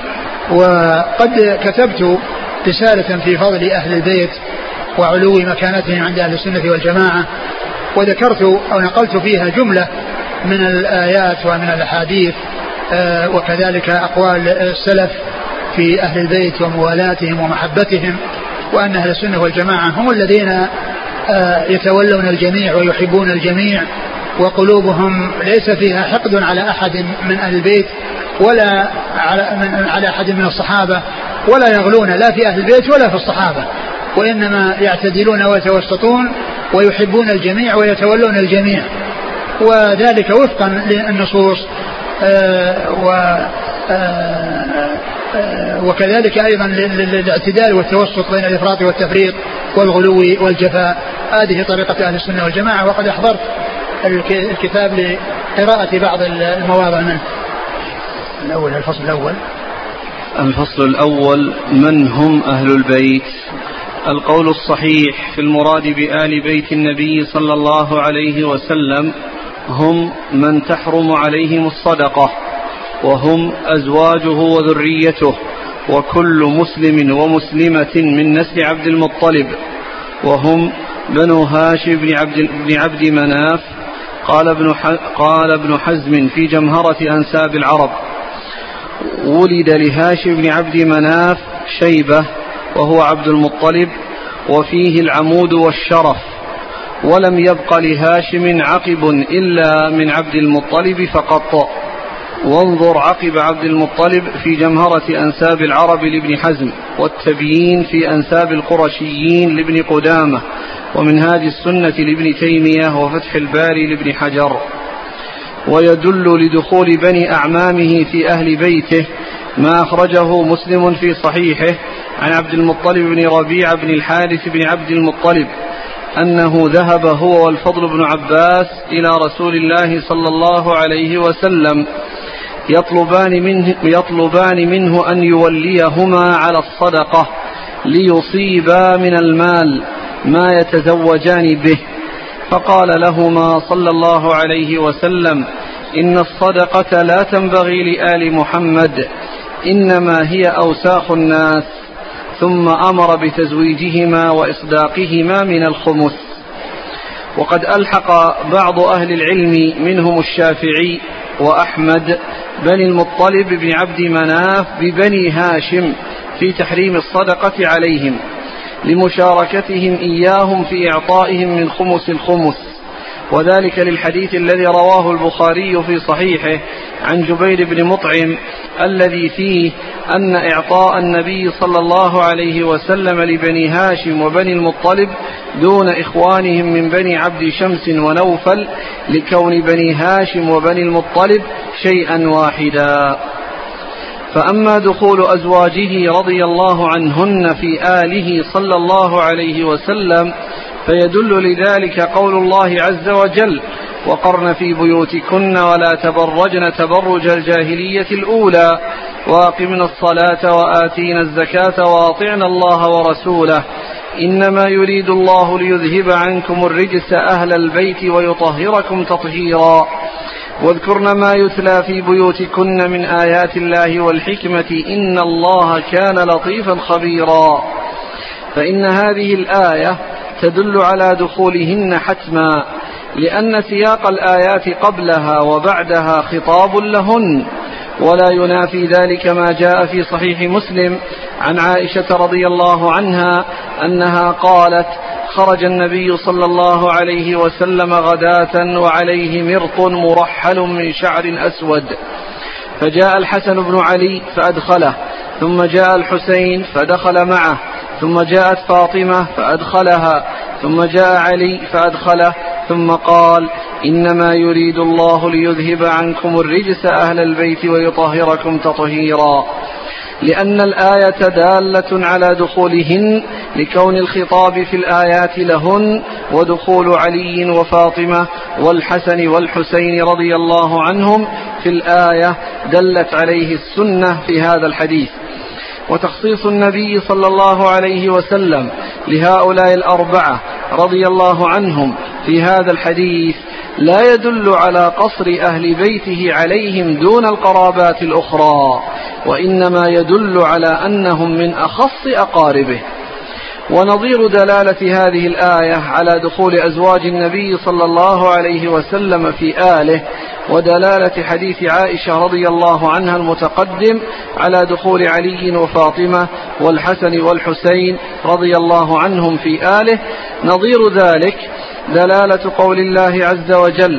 Speaker 2: وقد كتبت رسالة في فضل أهل البيت وعلو مكانتهم عند أهل السنة والجماعة، وذكرت أو نقلت فيها جملة من الآيات ومن الأحاديث، آه وكذلك أقوال السلف في أهل البيت وموالاتهم ومحبتهم، وأن أهل السنة والجماعة هم الذين آه يتولون الجميع ويحبون الجميع، وقلوبهم ليس فيها حقد على أحد من أهل البيت ولا على, من على أحد من الصحابة، ولا يغلون لا في أهل البيت ولا في الصحابة، وإنما يعتدلون ويتوسطون ويحبون الجميع ويتولون الجميع، وذلك وفقا للنصوص آه و آه وكذلك أيضا للاعتدال والتوسط بين الإفراط والتفريط والغلو والجفاء. هذه طريقة أهل السنة والجماعة، وقد أحضرت الكتاب لقراءة بعض المواضع منه. الأول الفصل الأول
Speaker 1: الفصل الأول من هم أهل البيت؟ القول الصحيح في المراد بآل بيت النبي صلى الله عليه وسلم هم من تحرم عليهم الصدقة، وهم أزواجه وذريته وكل مسلم ومسلمة من نسل عبد المطلب، وهم بنو هاشم بن عبد, بن عبد مناف. قال ابن, قال ابن حزم في جمهرة أنساب العرب: ولد لهاشم بن عبد مناف شيبة وهو عبد المطلب، وفيه العمود والشرف، ولم يبق لهاشم عقب إلا من عبد المطلب فقط. وانظر عقب عبد المطلب في جمهرة أنساب العرب لابن حزم، والتبيين في أنساب القرشيين لابن قدامة، ومنهاج السنة لابن تيمية، وفتح الباري لابن حجر. ويدل لدخول بني أعمامه في أهل بيته ما أخرجه مسلم في صحيحه عن عبد المطلب بن ربيع بن الحارث بن عبد المطلب أنه ذهب هو والفضل بن عباس إلى رسول الله صلى الله عليه وسلم يطلبان منه, يطلبان منه أن يوليهما على الصدقة ليصيبا من المال ما يتزوجان به، فقال لهما صلى الله عليه وسلم: إن الصدقة لا تنبغي لآل محمد، إنما هي أوساخ الناس، ثم أمر بتزويجهما وإصداقهما من الخمس. وقد ألحق بعض أهل العلم منهم الشافعي وأحمد بني المطلب بن عبد مناف ببني هاشم في تحريم الصدقة عليهم لمشاركتهم إياهم في إعطائهم من خمس الخمس، وذلك للحديث الذي رواه البخاري في صحيحه عن جبير بن مطعم الذي فيه أن إعطاء النبي صلى الله عليه وسلم لبني هاشم وبني المطلب دون إخوانهم من بني عبد شمس ونوفل لكون بني هاشم وبني المطلب شيئا واحدا. فأما دخول أزواجه رضي الله عنهن في آله صلى الله عليه وسلم فيدل لذلك قول الله عز وجل: وقرن في بيوتكن ولا تبرجن تبرج الجاهلية الأولى وأقمنا الصلاة وآتينا الزكاة وأطعنا الله ورسوله إنما يريد الله ليذهب عنكم الرجس أهل البيت ويطهركم تطهيرا واذكرن ما يتلى في بيوتكن من آيات الله والحكمة إن الله كان لطيفا خبيرا. فإن هذه الآية تدل على دخولهن حتما، لأن سياق الآيات قبلها وبعدها خطاب لهن، ولا ينافي ذلك ما جاء في صحيح مسلم عن عائشة رضي الله عنها أنها قالت: خرج النبي صلى الله عليه وسلم غداة وعليه مرط مرحل من شعر أسود، فجاء الحسن بن علي فأدخله، ثم جاء الحسين فدخل معه، ثم جاءت فاطمة فأدخلها، ثم جاء علي فأدخله، ثم قال: إنما يريد الله ليذهب عنكم الرجس أهل البيت ويطهركم تطهيرا، لأن الآية دالة على دخولهن لكون الخطاب في الآيات لهن، ودخول علي وفاطمة والحسن والحسين رضي الله عنهم في الآية دلت عليه السنة في هذا الحديث. وتخصيص النبي صلى الله عليه وسلم لهؤلاء الأربعة رضي الله عنهم في هذا الحديث لا يدل على قصر أهل بيته عليهم دون القرابات الأخرى، وإنما يدل على أنهم من أخص أقاربه. ونظير دلالة هذه الآية على دخول أزواج النبي صلى الله عليه وسلم في آله ودلالة حديث عائشة رضي الله عنها المتقدم على دخول علي وفاطمة والحسن والحسين رضي الله عنهم في آله، نظير ذلك دلالة قول الله عز وجل: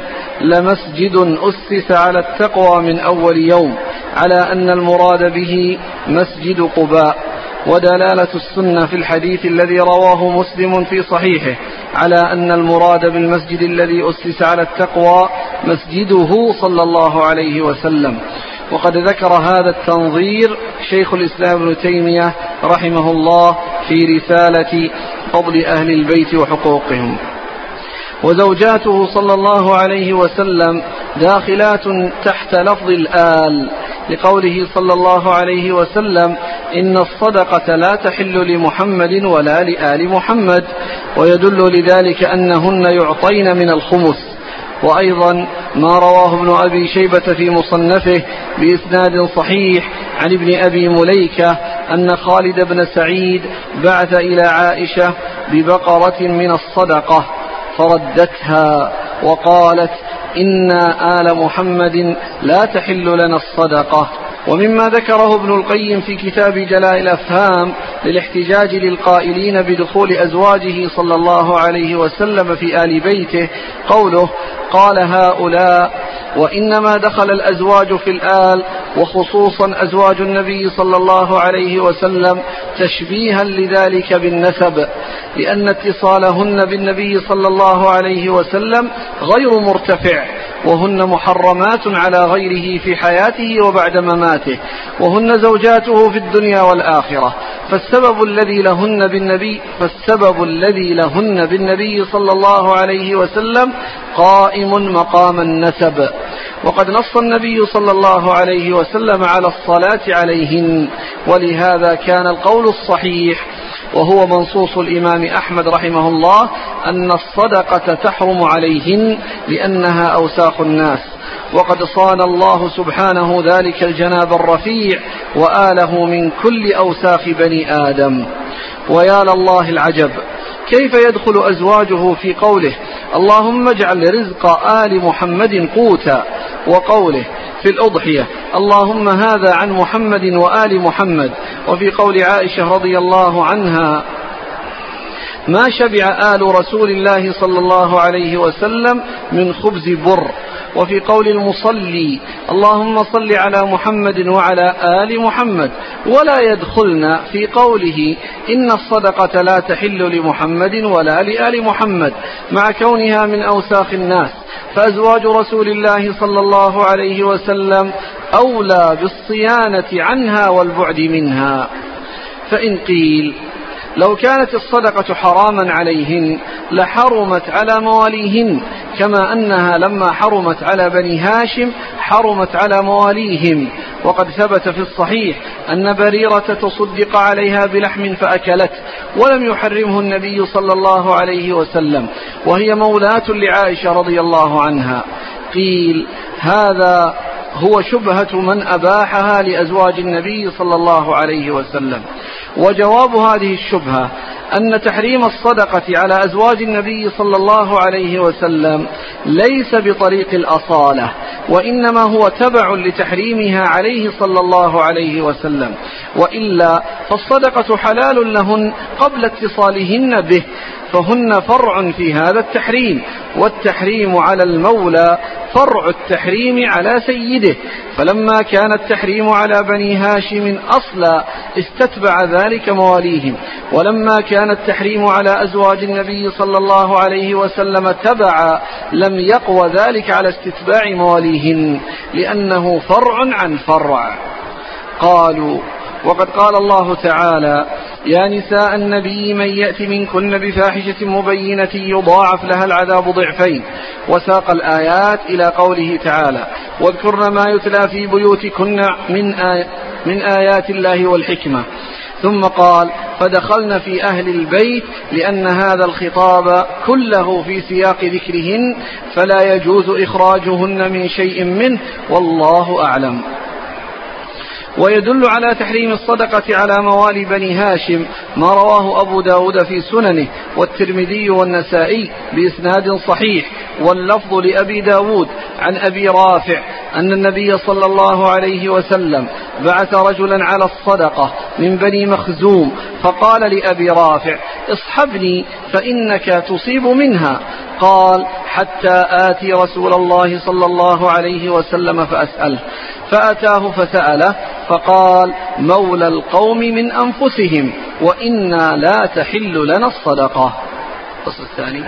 Speaker 1: لمسجد أسس على التقوى من أول يوم، على أن المراد به مسجد قباء. ودلالة السنة في الحديث الذي رواه مسلم في صحيحه على أن المراد بالمسجد الذي أسس على التقوى مسجده صلى الله عليه وسلم. وقد ذكر هذا التنظير شيخ الإسلام ابن تيمية رحمه الله في رسالة فضل أهل البيت وحقوقهم. وزوجاته صلى الله عليه وسلم داخلات تحت لفظ الآل، لقوله صلى الله عليه وسلم: إن الصدقة لا تحل لمحمد ولا لآل محمد، ويدل لذلك أنهن يعطين من الخمس. وأيضا ما رواه ابن أبي شيبة في مصنفه بإسناد صحيح عن ابن أبي مليكة أن خالد بن سعيد بعث إلى عائشة ببقرة من الصدقة فردتها وقالت: إنا آل محمد لا تحل لنا الصدقة. ومما ذكره ابن القيم في كتاب جلاء الأفهام للاحتجاج للقائلين بدخول أزواجه صلى الله عليه وسلم في آل بيته قوله: قال هؤلاء: وإنما دخل الأزواج في الآل وخصوصا أزواج النبي صلى الله عليه وسلم تشبيها لذلك بالنسب، لأن اتصالهن بالنبي صلى الله عليه وسلم غير مرتفع، وهن محرمات على غيره في حياته وبعد مماته، وهن زوجاته في الدنيا والآخرة، فالسبب الذي لهن بالنبي فالسبب الذي لهن بالنبي صلى الله عليه وسلم قائم مقام النسب. وقد نص النبي صلى الله عليه وسلم على الصلاة عليهن، ولهذا كان القول الصحيح وهو منصوص الإمام أحمد رحمه الله أن الصدقة تحرم عليهن لأنها أوساخ الناس، وقد صان الله سبحانه ذلك الجناب الرفيع وآله من كل أوساخ بني آدم. ويا لله العجب، كيف يدخل أزواجه في قوله اللهم اجعل رزق آل محمد قوتا، وقوله في الأضحية اللهم هذا عن محمد وآل محمد، وفي قول عائشة رضي الله عنها ما شبع آل رسول الله صلى الله عليه وسلم من خبز بر، وفي قول المصلي اللهم صل على محمد وعلى آل محمد، ولا يدخلن في قوله إن الصدقة لا تحل لمحمد ولا لآل محمد مع كونها من أوساخ الناس، فأزواج رسول الله صلى الله عليه وسلم أولى بالصيانة عنها والبعد منها. فإن قيل لو كانت الصدقة حراما عليهن لحرمت على مواليهن، كما أنها لما حرمت على بني هاشم حرمت على مواليهم، وقد ثبت في الصحيح أن بريرة تصدق عليها بلحم فأكلت ولم يحرمه النبي صلى الله عليه وسلم، وهي مولاة لعائشة رضي الله عنها. قيل هذا هو شبهة من أباحها لأزواج النبي صلى الله عليه وسلم. وجواب هذه الشبهة أن تحريم الصدقة على أزواج النبي صلى الله عليه وسلم ليس بطريق الأصالة، وإنما هو تبع لتحريمها عليه صلى الله عليه وسلم، وإلا فالصدقة حلال لهن قبل اتصالهن به، فهن فرع في هذا التحريم، والتحريم على المولى فرع التحريم على سيده، فلما كان التحريم على بني هاشم أصلا استتبع ذلك مواليهم، ولما كان التحريم على أزواج النبي صلى الله عليه وسلم تبع لم يقوى ذلك على استتباع مواليهن، لأنه فرع عن فرع. قالوا وقد قال الله تعالى يا نساء النبي من يأت منكن بفاحشة مبينة يضاعف لها العذاب ضعفين، وساق الآيات إلى قوله تعالى واذكرن ما يتلى في بيوتكن من, آي من آيات الله والحكمة، ثم قال فدخلن في أهل البيت لأن هذا الخطاب كله في سياق ذكرهن فلا يجوز إخراجهن من شيء منه والله أعلم. ويدل على تحريم الصدقة على موالي بني هاشم ما رواه أبو داود في سننه والترمذي والنسائي بإسناد صحيح، واللفظ لأبي داود عن أبي رافع أن النبي صلى الله عليه وسلم بعث رجلا على الصدقة من بني مخزوم، فقال لأبي رافع اصحبني فإنك تصيب منها، قال حتى آتي رسول الله صلى الله عليه وسلم فأسأله، فأتاه فسأله فقال مولى القوم من أنفسهم وإنا لا تحل لنا الصدقة. الفصل الثاني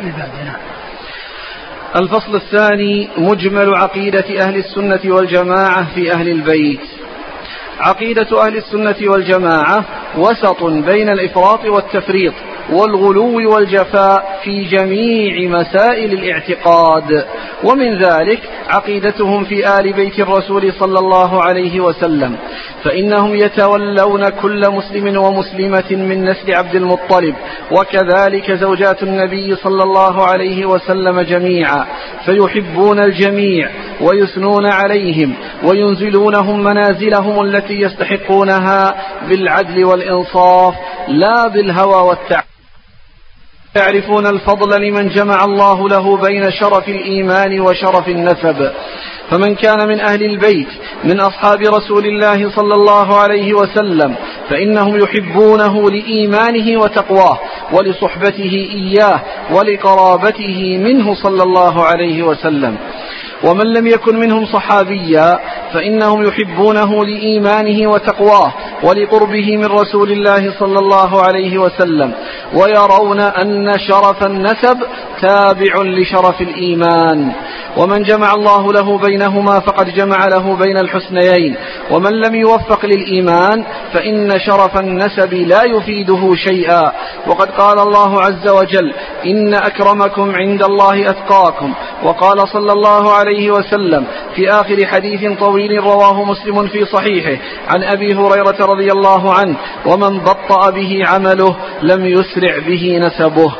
Speaker 1: الفصل الثاني مجمل عقيدة أهل السنة والجماعة في أهل البيت. عقيدة أهل السنة والجماعة وسط بين الإفراط والتفريط والغلو والجفاء في جميع مسائل الاعتقاد، ومن ذلك عقيدتهم في آل بيت الرسول صلى الله عليه وسلم، فإنهم يتولون كل مسلم ومسلمة من نسل عبد المطلب، وكذلك زوجات النبي صلى الله عليه وسلم جميعا، فيحبون الجميع ويثنون عليهم وينزلونهم منازلهم التي يستحقونها بالعدل والإنصاف لا بالهوى والتعب. يعرفون الفضل لمن جمع الله له بين شرف الإيمان وشرف النسب، فمن كان من أهل البيت من أصحاب رسول الله صلى الله عليه وسلم فإنهم يحبونه لإيمانه وتقواه ولصحبته إياه ولقرابته منه صلى الله عليه وسلم. ومن لم يكن منهم صحابيا فإنهم يحبونه لإيمانه وتقواه ولقربه من رسول الله صلى الله عليه وسلم، ويرون أن شرف النسب تابع لشرف الإيمان، ومن جمع الله له بينهما فقد جمع له بين الحسنيين. ومن لم يوفق للإيمان فإن شرف النسب لا يفيده شيئا. وقد قال الله عز وجل: إن أكرمكم عند الله أتقاكم. وقال صلى الله عليه وسلم في آخر حديث طويل رواه مسلم في صحيحه عن أبي هريرة رضي الله عنه: ومن بطأ به عمله لم يسرع به نسبه.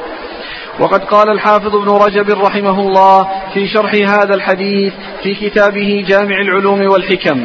Speaker 1: وقد قال الحافظ ابن رجب رحمه الله في شرح هذا الحديث في كتابه جامع العلوم والحكم: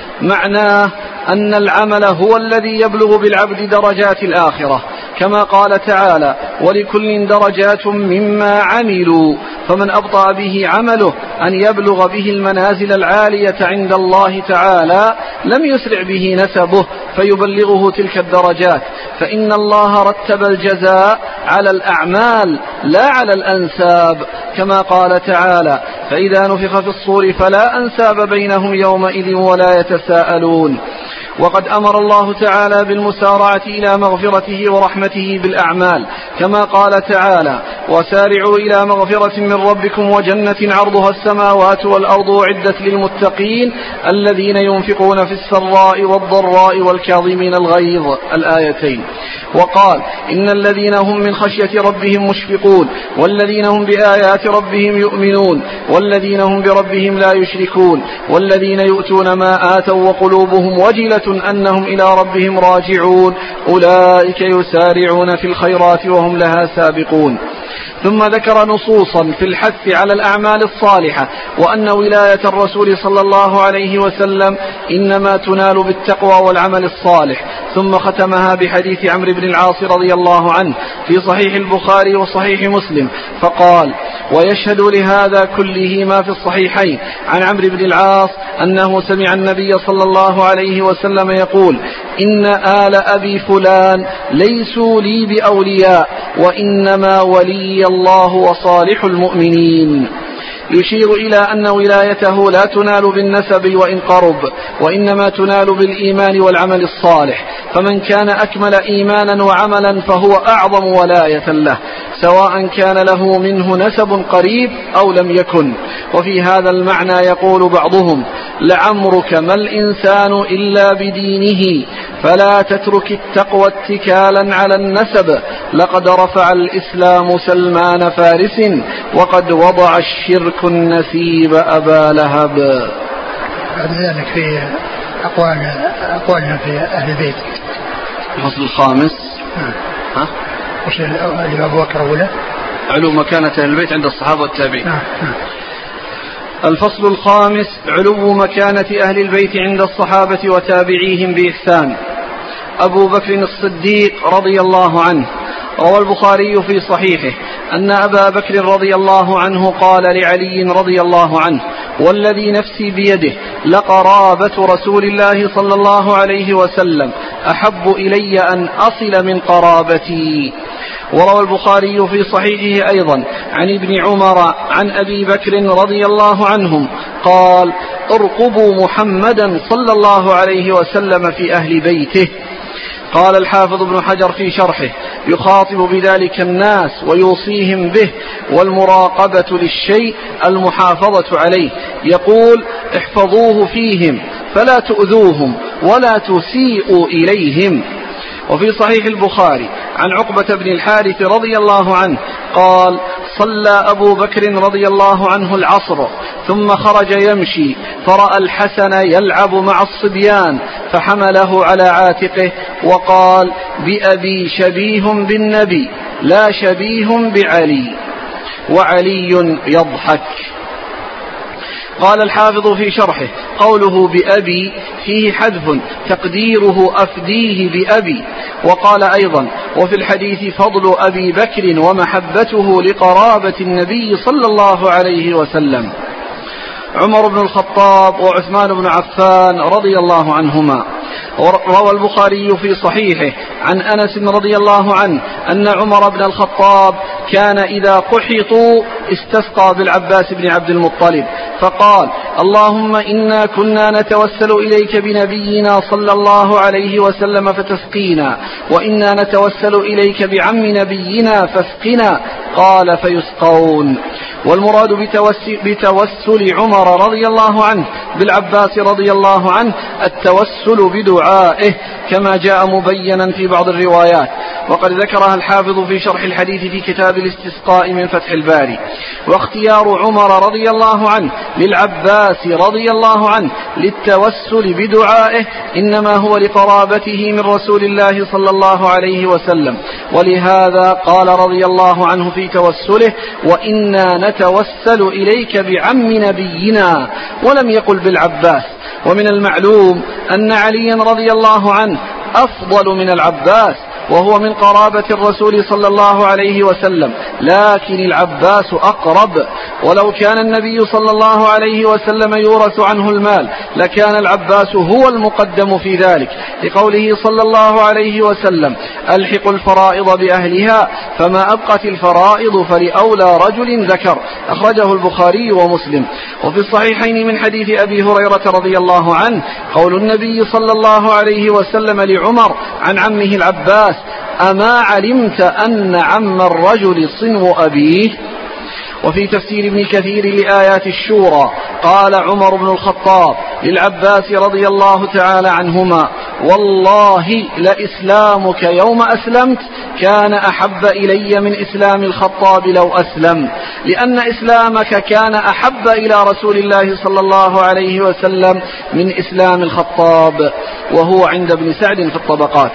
Speaker 1: معناه أن العمل هو الذي يبلغ بالعبد درجات الآخرة، كما قال تعالى: ولكل درجات مما عملوا. فمن أبطأ به عمله أن يبلغ به المنازل العالية عند الله تعالى لم يسرع به نسبه فيبلغه تلك الدرجات، فإن الله رتب الجزاء على الأعمال لا على الأنساب، كما قال تعالى: فإذا نفخ في الصور فلا أنساب بينهم يومئذ ولا يتساءلون. وقد أمر الله تعالى بالمسارعة إلى مغفرته ورحمته بالأعمال، كما قال تعالى: وسارعوا إلى مغفرة من ربكم وجنة عرضها السماوات والأرض أعدت للمتقين الذين ينفقون في السراء والضراء والكاظمين الغيظ، الآيتين. وقال: إن الذين هم من خشية ربهم مشفقون والذين هم بآيات ربهم يؤمنون والذين هم بربهم لا يشركون والذين يؤتون ما آتوا وقلوبهم وجلة أنهم إلى ربهم راجعون أولئك يسارعون في الخيرات وهم لها سابقون. ثم ذكر نصوصا في الحث على الأعمال الصالحة، وأن ولاية الرسول صلى الله عليه وسلم إنما تنال بالتقوى والعمل الصالح، ثم ختمها بحديث عمرو بن العاص رضي الله عنه في صحيح البخاري وصحيح مسلم، فقال: ويشهد لهذا كله ما في الصحيحين عن عمرو بن العاص أنه سمع النبي صلى الله عليه وسلم يقول: إن آل أبي فلان ليسوا لي بأولياء وإنما ولي الله وصالح المؤمنين، يشير إلى أن ولايته لا تنال بالنسب وإن قرب، وإنما تنال بالإيمان والعمل الصالح، فمن كان أكمل إيمانا وعملا فهو أعظم ولاية له، سواء كان له منه نسب قريب أو لم يكن. وفي هذا المعنى يقول بعضهم: لعمرك ما الإنسان إلا بدينه، فلا تترك التقوى اتكالا على النسب، لقد رفع الإسلام سلمان فارس وقد وضع الشرك النسيب أبا لهب.
Speaker 2: بعد ذلك في أقوال أقوالنا في أهل البيت.
Speaker 1: الفصل الخامس. ها؟
Speaker 2: وش اللي أبو بكر أوله؟
Speaker 1: علو مكانة أهل البيت عند الصحابة والتابعين.
Speaker 2: نعم.
Speaker 1: الفصل الخامس: علو مكانة أهل البيت عند الصحابة وتابعيهم بإحسان. أبو بكر الصديق رضي الله عنه روى البخاري في صحيحه أن أبا بكر رضي الله عنه قال لعلي رضي الله عنه: والذي نفسي بيده لقرابة رسول الله صلى الله عليه وسلم أحب إلي أن أصل من قرابتي. وروى البخاري في صحيحه أيضا عن ابن عمر عن أبي بكر رضي الله عنهم قال: ارقبوا محمدا صلى الله عليه وسلم في أهل بيته. قال الحافظ ابن حجر في شرحه: يخاطب بذلك الناس ويوصيهم به، والمراقبة للشيء المحافظة عليه، يقول: احفظوه فيهم فلا تؤذوهم ولا تسيئوا إليهم. وفي صحيح البخاري عن عقبة بن الحارث رضي الله عنه قال: صلى أبو بكر رضي الله عنه العصر ثم خرج يمشي فرأى الحسن يلعب مع الصبيان فحمله على عاتقه وقال: بأبي شبيه بالنبي لا شبيه بعلي. وعلي يضحك. قال الحافظ في شرحه: قوله بأبي فيه حذف تقديره أفديه بأبي. وقال أيضا: وفي الحديث فضل أبي بكر ومحبته لقرابة النبي صلى الله عليه وسلم. عمر بن الخطاب وعثمان بن عفان رضي الله عنهما. روى البخاري في صحيحه عن أنس رضي الله عنه أن عمر بن الخطاب كان إذا قحطوا استسقى بالعباس بن عبد المطلب فقال: اللهم إنا كنا نتوسل إليك بنبينا صلى الله عليه وسلم فتسقينا، وإنا نتوسل إليك بعم نبينا فاسقنا. قال: فيسقون. والمراد بتوسل عمر رضي الله عنه بالعباس رضي الله عنه التوسل بدعائه كما جاء مبينا في بعض الروايات، وقد ذكرها الحافظ في شرح الحديث في كتاب الاستسقاء من فتح الباري. واختيار عمر رضي الله عنه للعباس رضي الله عنه للتوسل بدعائه إنما هو لقرابته من رسول الله صلى الله عليه وسلم، ولهذا قال رضي الله عنه في توسله: وإنا نتوسل إليك بعم نبينا، ولم يقل بالعباس. ومن المعلوم أن عليا رضي الله عنه أفضل من العباس، وهو من قرابة الرسول صلى الله عليه وسلم، لكن العباس أقرب. ولو كان النبي صلى الله عليه وسلم يورث عنه المال لكان العباس هو المقدم في ذلك، لقوله صلى الله عليه وسلم: ألحق الفرائض بأهلها، فما أبقت الفرائض فلأولى رجل ذكر، أخرجه البخاري ومسلم. وفي الصحيحين من حديث أبي هريرة رضي الله عنه قول النبي صلى الله عليه وسلم لعمر عن عمه العباس: أما علمت أن عم الرجل صنو أبيه؟ وفي تفسير ابن كثير لآيات الشورى قال عمر بن الخطاب للعباس رضي الله تعالى عنهما: والله لإسلامك يوم أسلمت كان أحب إلي من إسلام الخطاب لو أسلم، لأن إسلامك كان أحب إلى رسول الله صلى الله عليه وسلم من إسلام الخطاب. وهو عند ابن سعد في الطبقات.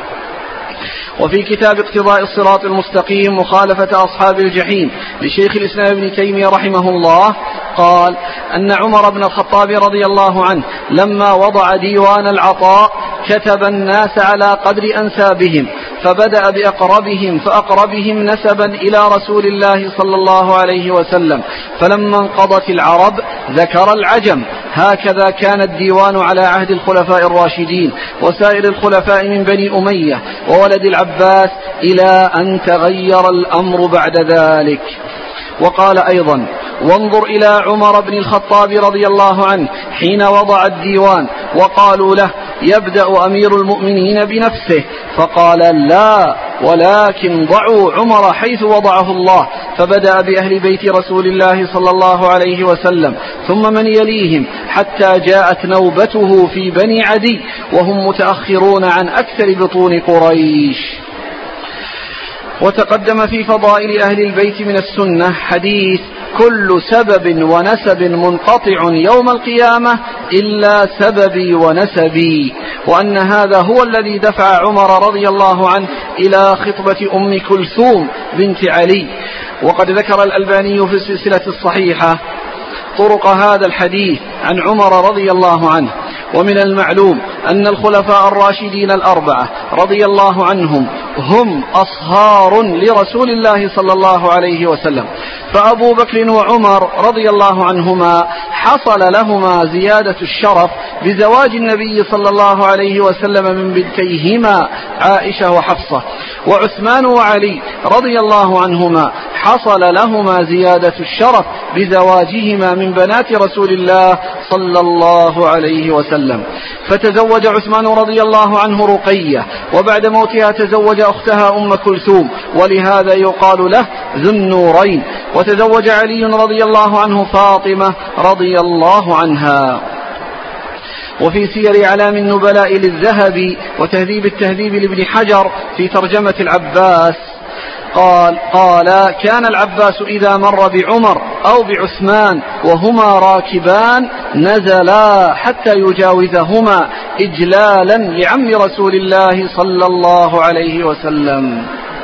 Speaker 1: وفي كتاب اقتضاء الصراط المستقيم مخالفة أصحاب الجحيم لشيخ الإسلام ابن تيمية رحمه الله قال أن عمر بن الخطاب رضي الله عنه لما وضع ديوان العطاء كتب الناس على قدر أنسابهم، فبدأ بأقربهم فأقربهم نسبا إلى رسول الله صلى الله عليه وسلم، فلما انقضت العرب ذكر العجم. هكذا كان الديوان على عهد الخلفاء الراشدين وسائر الخلفاء من بني أمية وولد العباس إلى أن تغير الأمر بعد ذلك. وقال أيضا: وانظر إلى عمر بن الخطاب رضي الله عنه حين وضع الديوان وقالوا له: يبدأ أمير المؤمنين بنفسه، فقال: لا، ولكن ضعوا عمر حيث وضعه الله، فبدأ بأهل بيت رسول الله صلى الله عليه وسلم ثم من يليهم حتى جاءت نوبته في بني عدي وهم متأخرون عن أكثر بطون قريش. وتقدم في فضائل أهل البيت من السنة حديث: كل سبب ونسب منقطع يوم القيامة إلا سببي ونسبي، وأن هذا هو الذي دفع عمر رضي الله عنه إلى خطبة أم كلثوم بنت علي. وقد ذكر الألباني في السلسلة الصحيحة طرق هذا الحديث عن عمر رضي الله عنه. ومن المعلوم أن الخلفاء الراشدين الأربعة رضي الله عنهم هم أصهار لرسول الله صلى الله عليه وسلم، فأبو بكر وعمر رضي الله عنهما حصل لهما زيادة الشرف بزواج النبي صلى الله عليه وسلم من بنتيهما عائشة وحفصة، وعثمان وعلي رضي الله عنهما حصل لهما زيادة الشرف بزواجهما من بنات رسول الله صلى الله عليه وسلم. فتزوج عثمان رضي الله عنه رقية، وبعد موتها تزوج أختها أم كلثوم، ولهذا يقال له ذو النورين. وتزوج علي رضي الله عنه فاطمة رضي الله عنها. وفي سير أعلام النبلاء للذهبي وتهذيب التهذيب لابن حجر في ترجمة العباس قال قال كان العباس إذا مر بعمر أو بعثمان وهما راكبان نزلا حتى يجاوزهما إجلالا لعم رسول الله صلى الله عليه وسلم.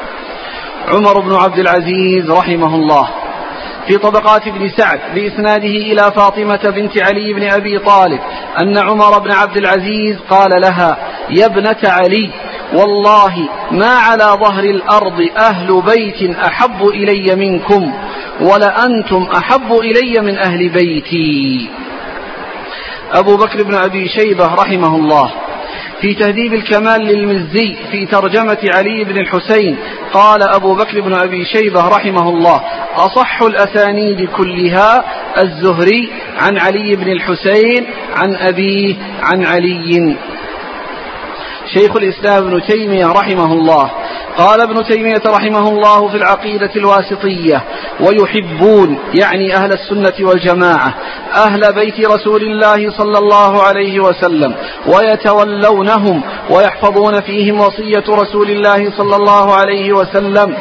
Speaker 1: عمر بن عبد العزيز رحمه الله في طبقات ابن سعد بإسناده إلى فاطمة بنت علي بن أبي طالب أن عمر بن عبد العزيز قال لها: يا ابنة علي، والله ما على ظهر الأرض أهل بيت أحب إلي منكم، ولأنتم أحب إلي من أهل بيتي. أبو بكر بن أبي شيبة رحمه الله في تهذيب الكمال للمزي في ترجمة علي بن الحسين قال أبو بكر بن أبي شيبة رحمه الله: أصح الأسانيد كلها الزهري عن علي بن الحسين عن أبيه عن علي. شيخ الإسلام ابن تيمية رحمه الله قال ابن تيمية رحمه الله في العقيدة الواسطية: ويحبون يعني أهل السنة والجماعة أهل بيت رسول الله صلى الله عليه وسلم، ويتولونهم ويحفظون فيهم وصية رسول الله صلى الله عليه وسلم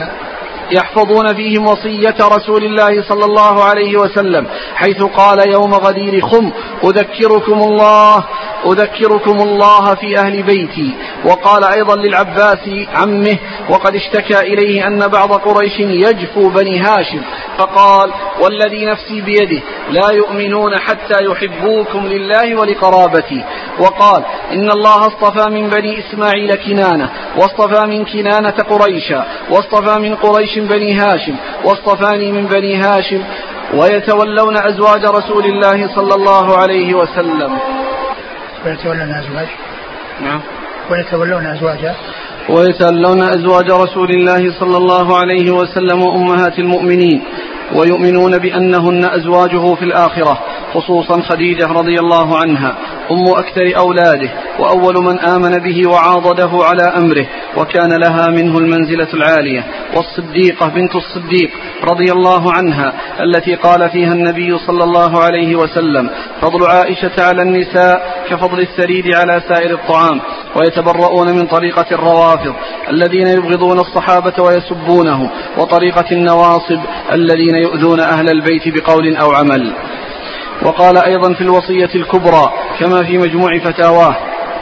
Speaker 1: يحفظون فيهم وصية رسول الله صلى الله عليه وسلم، حيث قال يوم غدير خم: أذكركم الله أذكركم الله في أهل بيتي. وقال أيضا للعباس عمه وقد اشتكى إليه أن بعض قريش يجفو بني هاشم، فقال: والذي نفسي بيده لا يؤمنون حتى يحبوكم لله ولقرابتي. وقال: إن الله اصطفى من بني إسماعيل كنانة، واصطفى من كنانة قريشا، واصطفى من قريش بني هاشم، واصطفاني من بني هاشم. ويتولون أزواج رسول الله صلى الله عليه وسلم.
Speaker 2: ويتولون أزواج
Speaker 1: نعم
Speaker 2: ويتولون أزواجه
Speaker 1: ويتولون أزواج رسول الله صلى الله عليه وسلم وأمهات المؤمنين، ويؤمنون بأنهن أزواجه في الآخرة، خصوصا خديجة رضي الله عنها أم أكثر أولاده وأول من آمن به وعاضده على أمره، وكان لها منه المنزلة العالية. والصديقة بنت الصديق رضي الله عنها التي قال فيها النبي صلى الله عليه وسلم: فضل عائشة على النساء كفضل الثريد على سائر الطعام. ويتبرؤون من طريقة الروافض الذين يبغضون الصحابة ويسبونهم، وطريقة النواصب الذين يؤذون أهل البيت بقول أو عمل. وقال أيضا في الوصية الكبرى كما في مجموع فتاواه: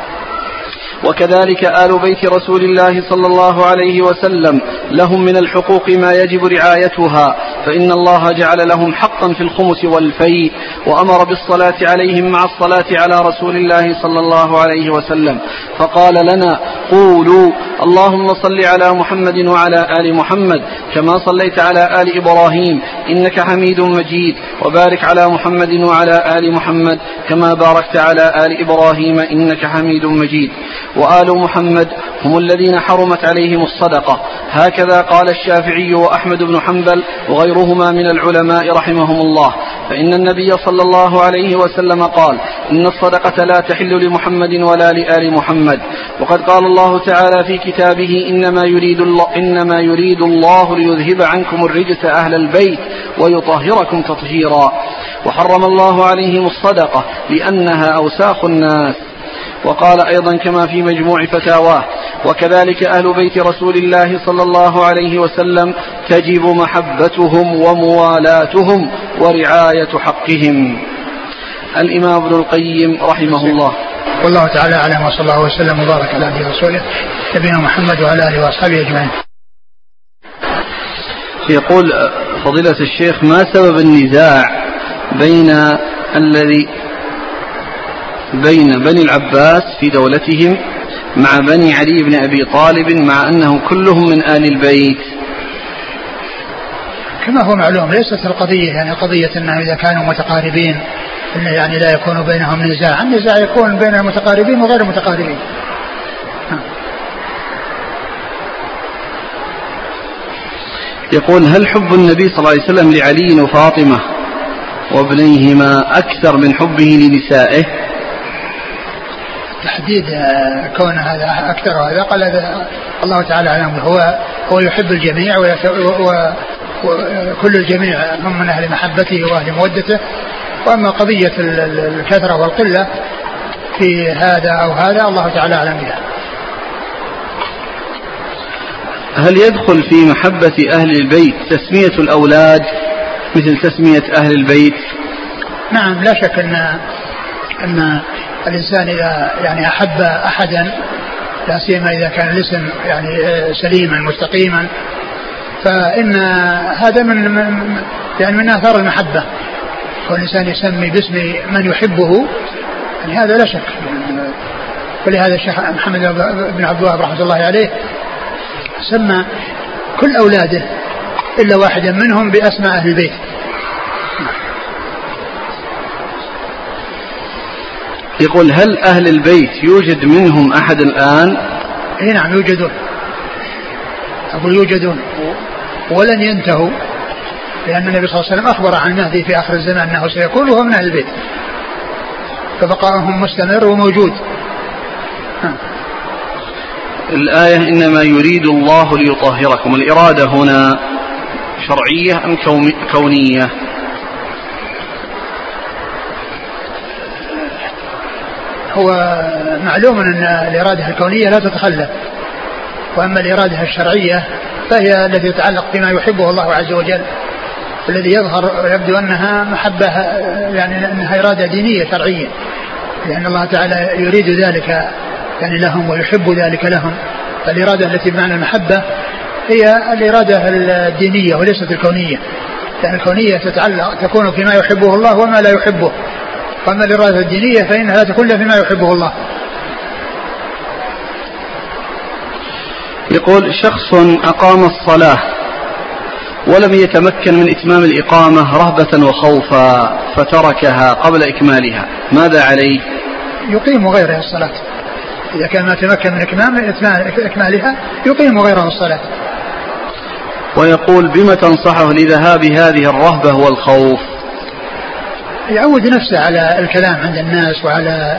Speaker 1: وكذلك آل بيت رسول الله صلى الله عليه وسلم لهم من الحقوق ما يجب رعايتها، فإن الله جعل لهم حقا في الخمس والفيء، وأمر بالصلاة عليهم مع الصلاة على رسول الله صلى الله عليه وسلم، فقال لنا: قولوا اللهم صل على محمد وعلى آل محمد كما صليت على آل إبراهيم إنك حميد مجيد، وبارك على محمد وعلى آل محمد كما باركت على آل إبراهيم إنك حميد مجيد. وآل محمد هم الذين حرمت عليهم الصدقة، هكذا قال الشافعي وأحمد بن حنبل وغيرهما من العلماء رحمهم الله، فإن النبي صلى الله عليه وسلم قال: إن الصدقة لا تحل لمحمد ولا لآل محمد. وقد قال الله تعالى في كتابه: إنما يريد الله, إنما يريد الله ليذهب عنكم الرجس أهل البيت ويطهركم تطهيرا. وحرم الله عليهم الصدقة لأنها أوساخ الناس. وقال أيضا كما في مجموع فتاواه: وكذلك أهل بيت رسول الله صلى الله عليه وسلم تجب محبتهم وموالاتهم ورعاية حقهم. الإمام ابن القيم رحمه الله.
Speaker 2: والله تعالى أعلم، وصلى الله وسلم وبارك على عبده ورسوله نبينا محمد وعلى آله وأصحابه أجمعين.
Speaker 1: يقول فضيلة الشيخ: ما سبب النزاع بين الذي بين بني العباس في دولتهم مع بني علي بن أبي طالب مع أنهم كلهم من آل البيت؟
Speaker 2: كما هو معلوم ليست القضية يعني قضية أنهم إذا كانوا متقاربين إن يعني لا يكون بينهم نزاع، النزاع يكون بين المتقاربين وغير المتقاربين.
Speaker 1: يقول: هل حب النبي صلى الله عليه وسلم لعلي وفاطمة وابنيهما أكثر من حبه لنسائه؟
Speaker 2: تحديد كون هذا أكثر وهذا قال الله تعالى أعلم. هو هو يحب الجميع وكل الجميع هم من أهل محبته وأهل مودته، وأما قضية الكثرة والقلة في هذا أو هذا الله تعالى أعلم بها.
Speaker 1: هل يدخل في محبة أهل البيت تسمية الأولاد مثل تسمية أهل البيت؟
Speaker 2: نعم، لا شك أن أن الإنسان إذا يعني أحب أحدا لا سيما إذا كان الاسم يعني سليما مستقيما فإن هذا من يعني من آثار المحبة، والإنسان يسمي باسم من يحبه يعني هذا لا شك. ولهذا الشيخ محمد بن عبد الوهاب رحمة الله عليه سمى كل أولاده إلا واحدا منهم بأسماء أهل البيت.
Speaker 1: يقول: هل أهل البيت يوجد منهم أحد الآن؟
Speaker 2: إيه نعم يوجدون، أقول يوجدون ولن ينتهوا، لأن النبي صلى الله عليه وسلم أخبر عن المهدي في آخر الزمان أنه سيكون وهو من أهل البيت، فبقاءهم مستمر وموجود. ها.
Speaker 1: الآية إنما يريد الله ليطهركم، الإرادة هنا شرعية أم كونية؟
Speaker 2: هو معلوم أن الإرادة الكونية لا تتخلف، وأما الإرادة الشرعية فهي التي تتعلق بما يحبه الله عز وجل، الذي يظهر ويبدو أنها محبة، يعني أنها إرادة دينية شرعية، لأن الله تعالى يريد ذلك يعني لهم ويحب ذلك لهم. فالإرادة التي بمعنى المحبة هي الإرادة الدينية وليست الكونية، لأن الكونية تتعلق تكون فيما يحبه الله وما لا يحبه، وأما الإرادة الدينية فإنها لا تكون فيما يحبه الله.
Speaker 1: يقول شخص أقام الصلاة ولم يتمكن من إتمام الإقامة رهبة وخوفا فتركها قبل إكمالها، ماذا عليه؟
Speaker 2: يقيم غيرها الصلاة، إذا كان ما تمكن من إكمالها يقيم غيرها الصلاة.
Speaker 1: ويقول بما تنصحه لذهاب هذه الرهبة والخوف؟
Speaker 2: يعود نفسه على الكلام عند الناس، وعلى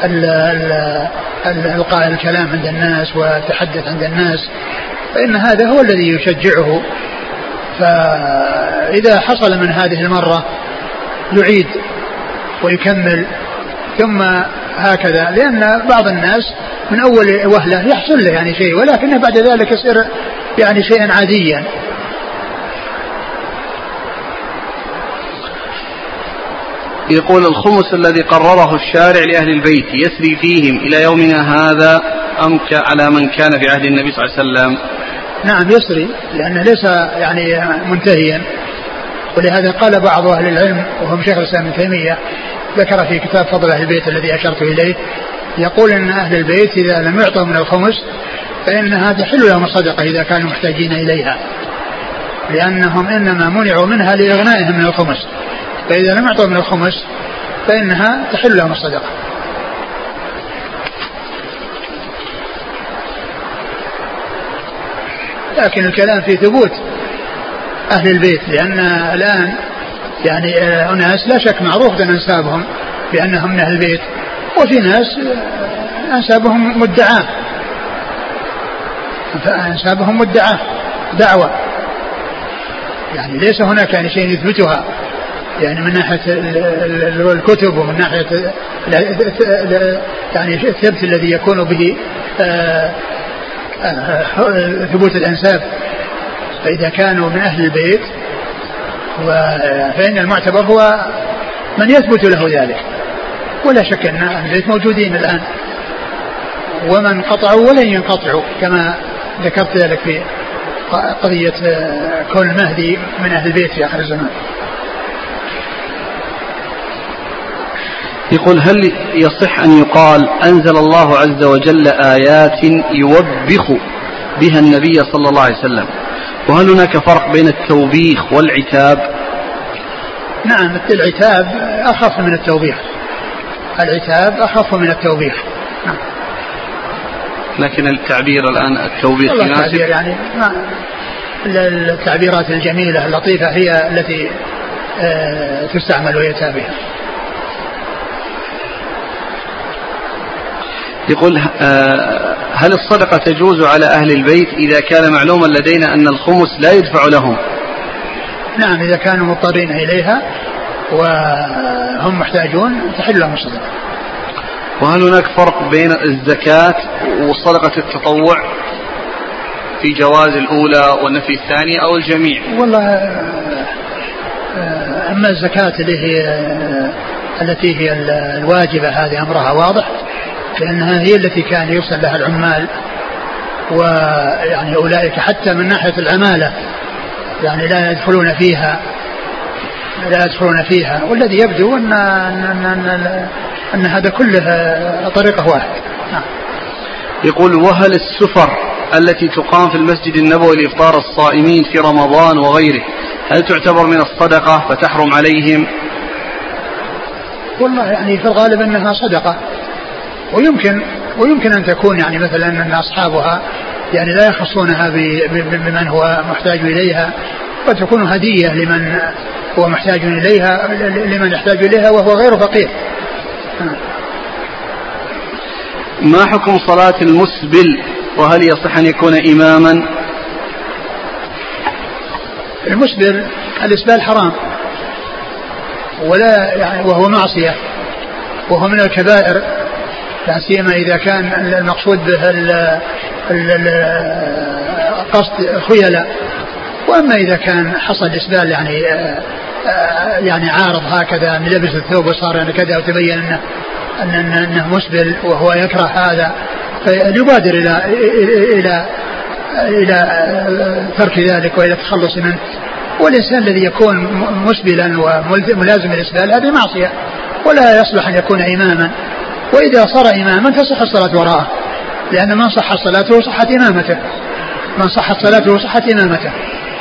Speaker 2: إلقاء الكلام عند الناس والتحدث عند الناس، فإن هذا هو الذي يشجعه. فإذا حصل من هذه المرة يعيد ويكمل ثم هكذا، لأن بعض الناس من أول وهلة يحصل له يعني شيء، ولكنه بعد ذلك يصير يعني شيئا عاديا.
Speaker 1: يقول الخمس الذي قرره الشارع لأهل البيت يسري فيهم إلى يومنا هذا أم على من كان في عهد النبي صلى الله عليه وسلم؟
Speaker 2: نعم يسري، لأنه ليس يعني منتهيا، ولهذا قال بعض أهل العلم وهم شيخ الإسلام ابن تيمية ذكر في كتاب فضل أهل البيت الذي أشرت إليه، يقول أن أهل البيت إذا لم يعطوا من الخمس فإنها تحل لهم الصدقة إذا كانوا محتاجين إليها، لأنهم إنما منعوا منها لإغنائهم من الخمس، فإذا لم يعطوا من الخمس فإنها تحل لهم الصدقة. لكن الكلام في ثبوت أهل البيت، لأن الآن يعني أناس لا شك معروف أن أنسابهم بأنهم من أهل البيت، وفي ناس أنسابهم مدعاة، أنسابهم مدعاة دعوة، يعني ليس هناك يعني شيء يثبتها يعني من ناحية الكتب ومن ناحية يعني الثبت الذي يكون به ثبوت الأنساب. فإذا كانوا من أهل البيت فإن المعتبر هو من يثبت له ذلك، ولا شك أن أهل البيت موجودين الآن ومن قطعوا ولن ينقطعوا، كما ذكرت ذلك في قضية كون المهدي من أهل البيت في آخر الزمان.
Speaker 1: يقول هل يصح أن يقال أنزل الله عز وجل آيات يوبخ بها النبي صلى الله عليه وسلم، وهل هناك فرق بين التوبيخ والعتاب؟
Speaker 2: نعم العتاب أخف من التوبيخ، العتاب أخف من التوبيخ. نعم.
Speaker 1: لكن التعبير الآن التوبيخ
Speaker 2: التعبير يعني التعبيرات الجميلة اللطيفة هي التي تستعمل ويتاب بها.
Speaker 1: يقول هل الصدقة تجوز على أهل البيت إذا كان معلوما لدينا أن الخمس لا يدفع لهم؟
Speaker 2: نعم إذا كانوا مضطرين إليها وهم محتاجون تحل لهم الصدقة.
Speaker 1: وهل هناك فرق بين الزكاة وصدقة التطوع في جواز الأولى والنفي الثانية أو الجميع؟
Speaker 2: والله أما الزكاة اللي هي التي هي الواجبة هذه أمرها واضح، لأنها هي التي كان يرسل لها العمال، ويعني أولئك حتى من ناحية العمالة يعني لا يدخلون فيها لا يدخلون فيها والذي يبدو أن, أن, أن, أن هذا كله طريقة واحد. نعم.
Speaker 1: يقول وهل السفر التي تقام في المسجد النبوي لإفطار الصائمين في رمضان وغيره هل تعتبر من الصدقة فتحرم عليهم؟
Speaker 2: والله يعني في الغالب أنها صدقة، ويمكن ويمكن أن تكون يعني مثلا أن أصحابها يعني لا يخصونها بمن هو محتاج إليها، وتكون هدية لمن هو محتاج إليها لمن يحتاج إليها وهو غير فقير.
Speaker 1: ما حكم صلاة المسبل وهل يصح أن يكون إماما؟
Speaker 2: المسبل الإسبال حرام ولا يعني وهو معصية وهو من الكبائر، لا سيما إذا كان المقصود به القصد خيلاء. وأما إذا كان حصل إسبال يعني يعني عارض هكذا من لبس الثوب وصار يعني كذا وتبين أنه, أنه, أنه مسبل وهو يكره هذا فيبادر إلى إلى إلى ترك ذلك وإلى التخلص منه. والإنسان الذي يكون مسبلا وملازم الإسبال هذه معصية ولا يصلح أن يكون إماما، وإذا صار إماما تصح الصلاة وراءه، لأن من صح صلاته صحت إمامته، من صحت صلاته صحت إمامته.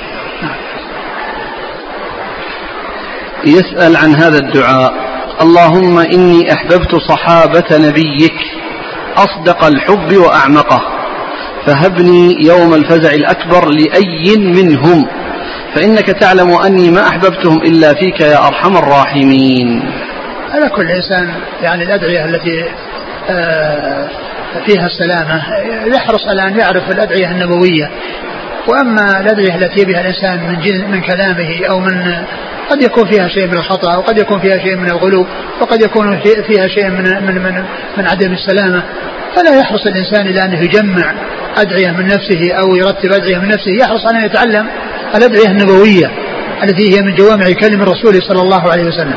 Speaker 1: يسأل عن هذا الدعاء: اللهم إني أحببت صحابة نبيك أصدق الحب وأعمقه، فهبني يوم الفزع الأكبر لأي منهم، فإنك تعلم أني ما أحببتهم إلا فيك يا أرحم الراحمين.
Speaker 2: على كل إنسان يعني الأدعية التي فيها السلامة يحرص على أن يعرف الأدعية النبوية. وأما الأدعية التي بها الإنسان من, من كلامه أو من قد يكون فيها شيء من الخطأ وقد يكون فيها شيء من الغلو وقد يكون فيها شيء من, من, من, من عدم السلامة، فلا يحرص الإنسان إلى أنه يجمع أدعية من نفسه أو يرتب أدعية من نفسه، يحرص على أن يتعلم الأدعية النبوية التي هي من جوامع كلم الرسول صلى الله عليه وسلم.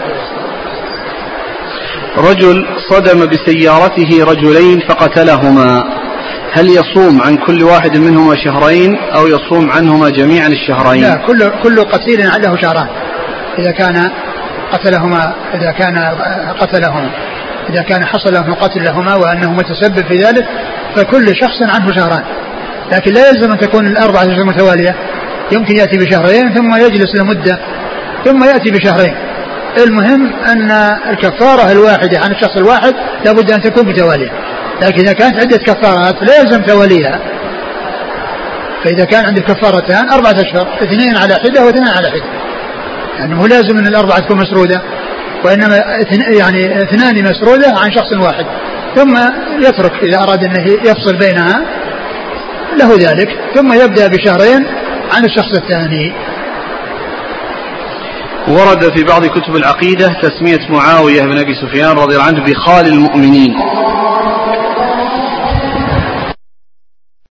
Speaker 1: رجل صدم بسيارته رجلين فقتلهما، هل يصوم عن كل واحد منهما شهرين أو يصوم عنهما جميعا الشهرين؟
Speaker 2: لا، كل كل قتيل له شهران إذا كان قتلهما إذا كان قتلهما إذا كان حصل له قتل لهما وأنه متسبب في ذلك فكل شخص عنه شهران، لكن لا يلزم أن تكون الأربعة أشهر متوالية، يمكن يأتي بشهرين ثم يجلس لمدة ثم يأتي بشهرين. المهم أن الكفارة الواحدة عن الشخص الواحد لابد أن تكون متوالية، لكن إذا كانت عدة كفارات لا يلزم تواليها. فإذا كان عندك كفارتان أربعة أشهر، اثنين على حدة واثنين على حدة، يعني مو لازم أن الأربعة تكون مسرودة، وإنما يعني اثنان مسرودة عن شخص واحد، ثم يترك إذا أراد أنه يفصل بينها له ذلك، ثم يبدأ بشهرين عن الشخص الثاني.
Speaker 1: ورد في بعض كتب العقيدة تسمية معاوية بن أبي سفيان رضي الله عنه بخال المؤمنين،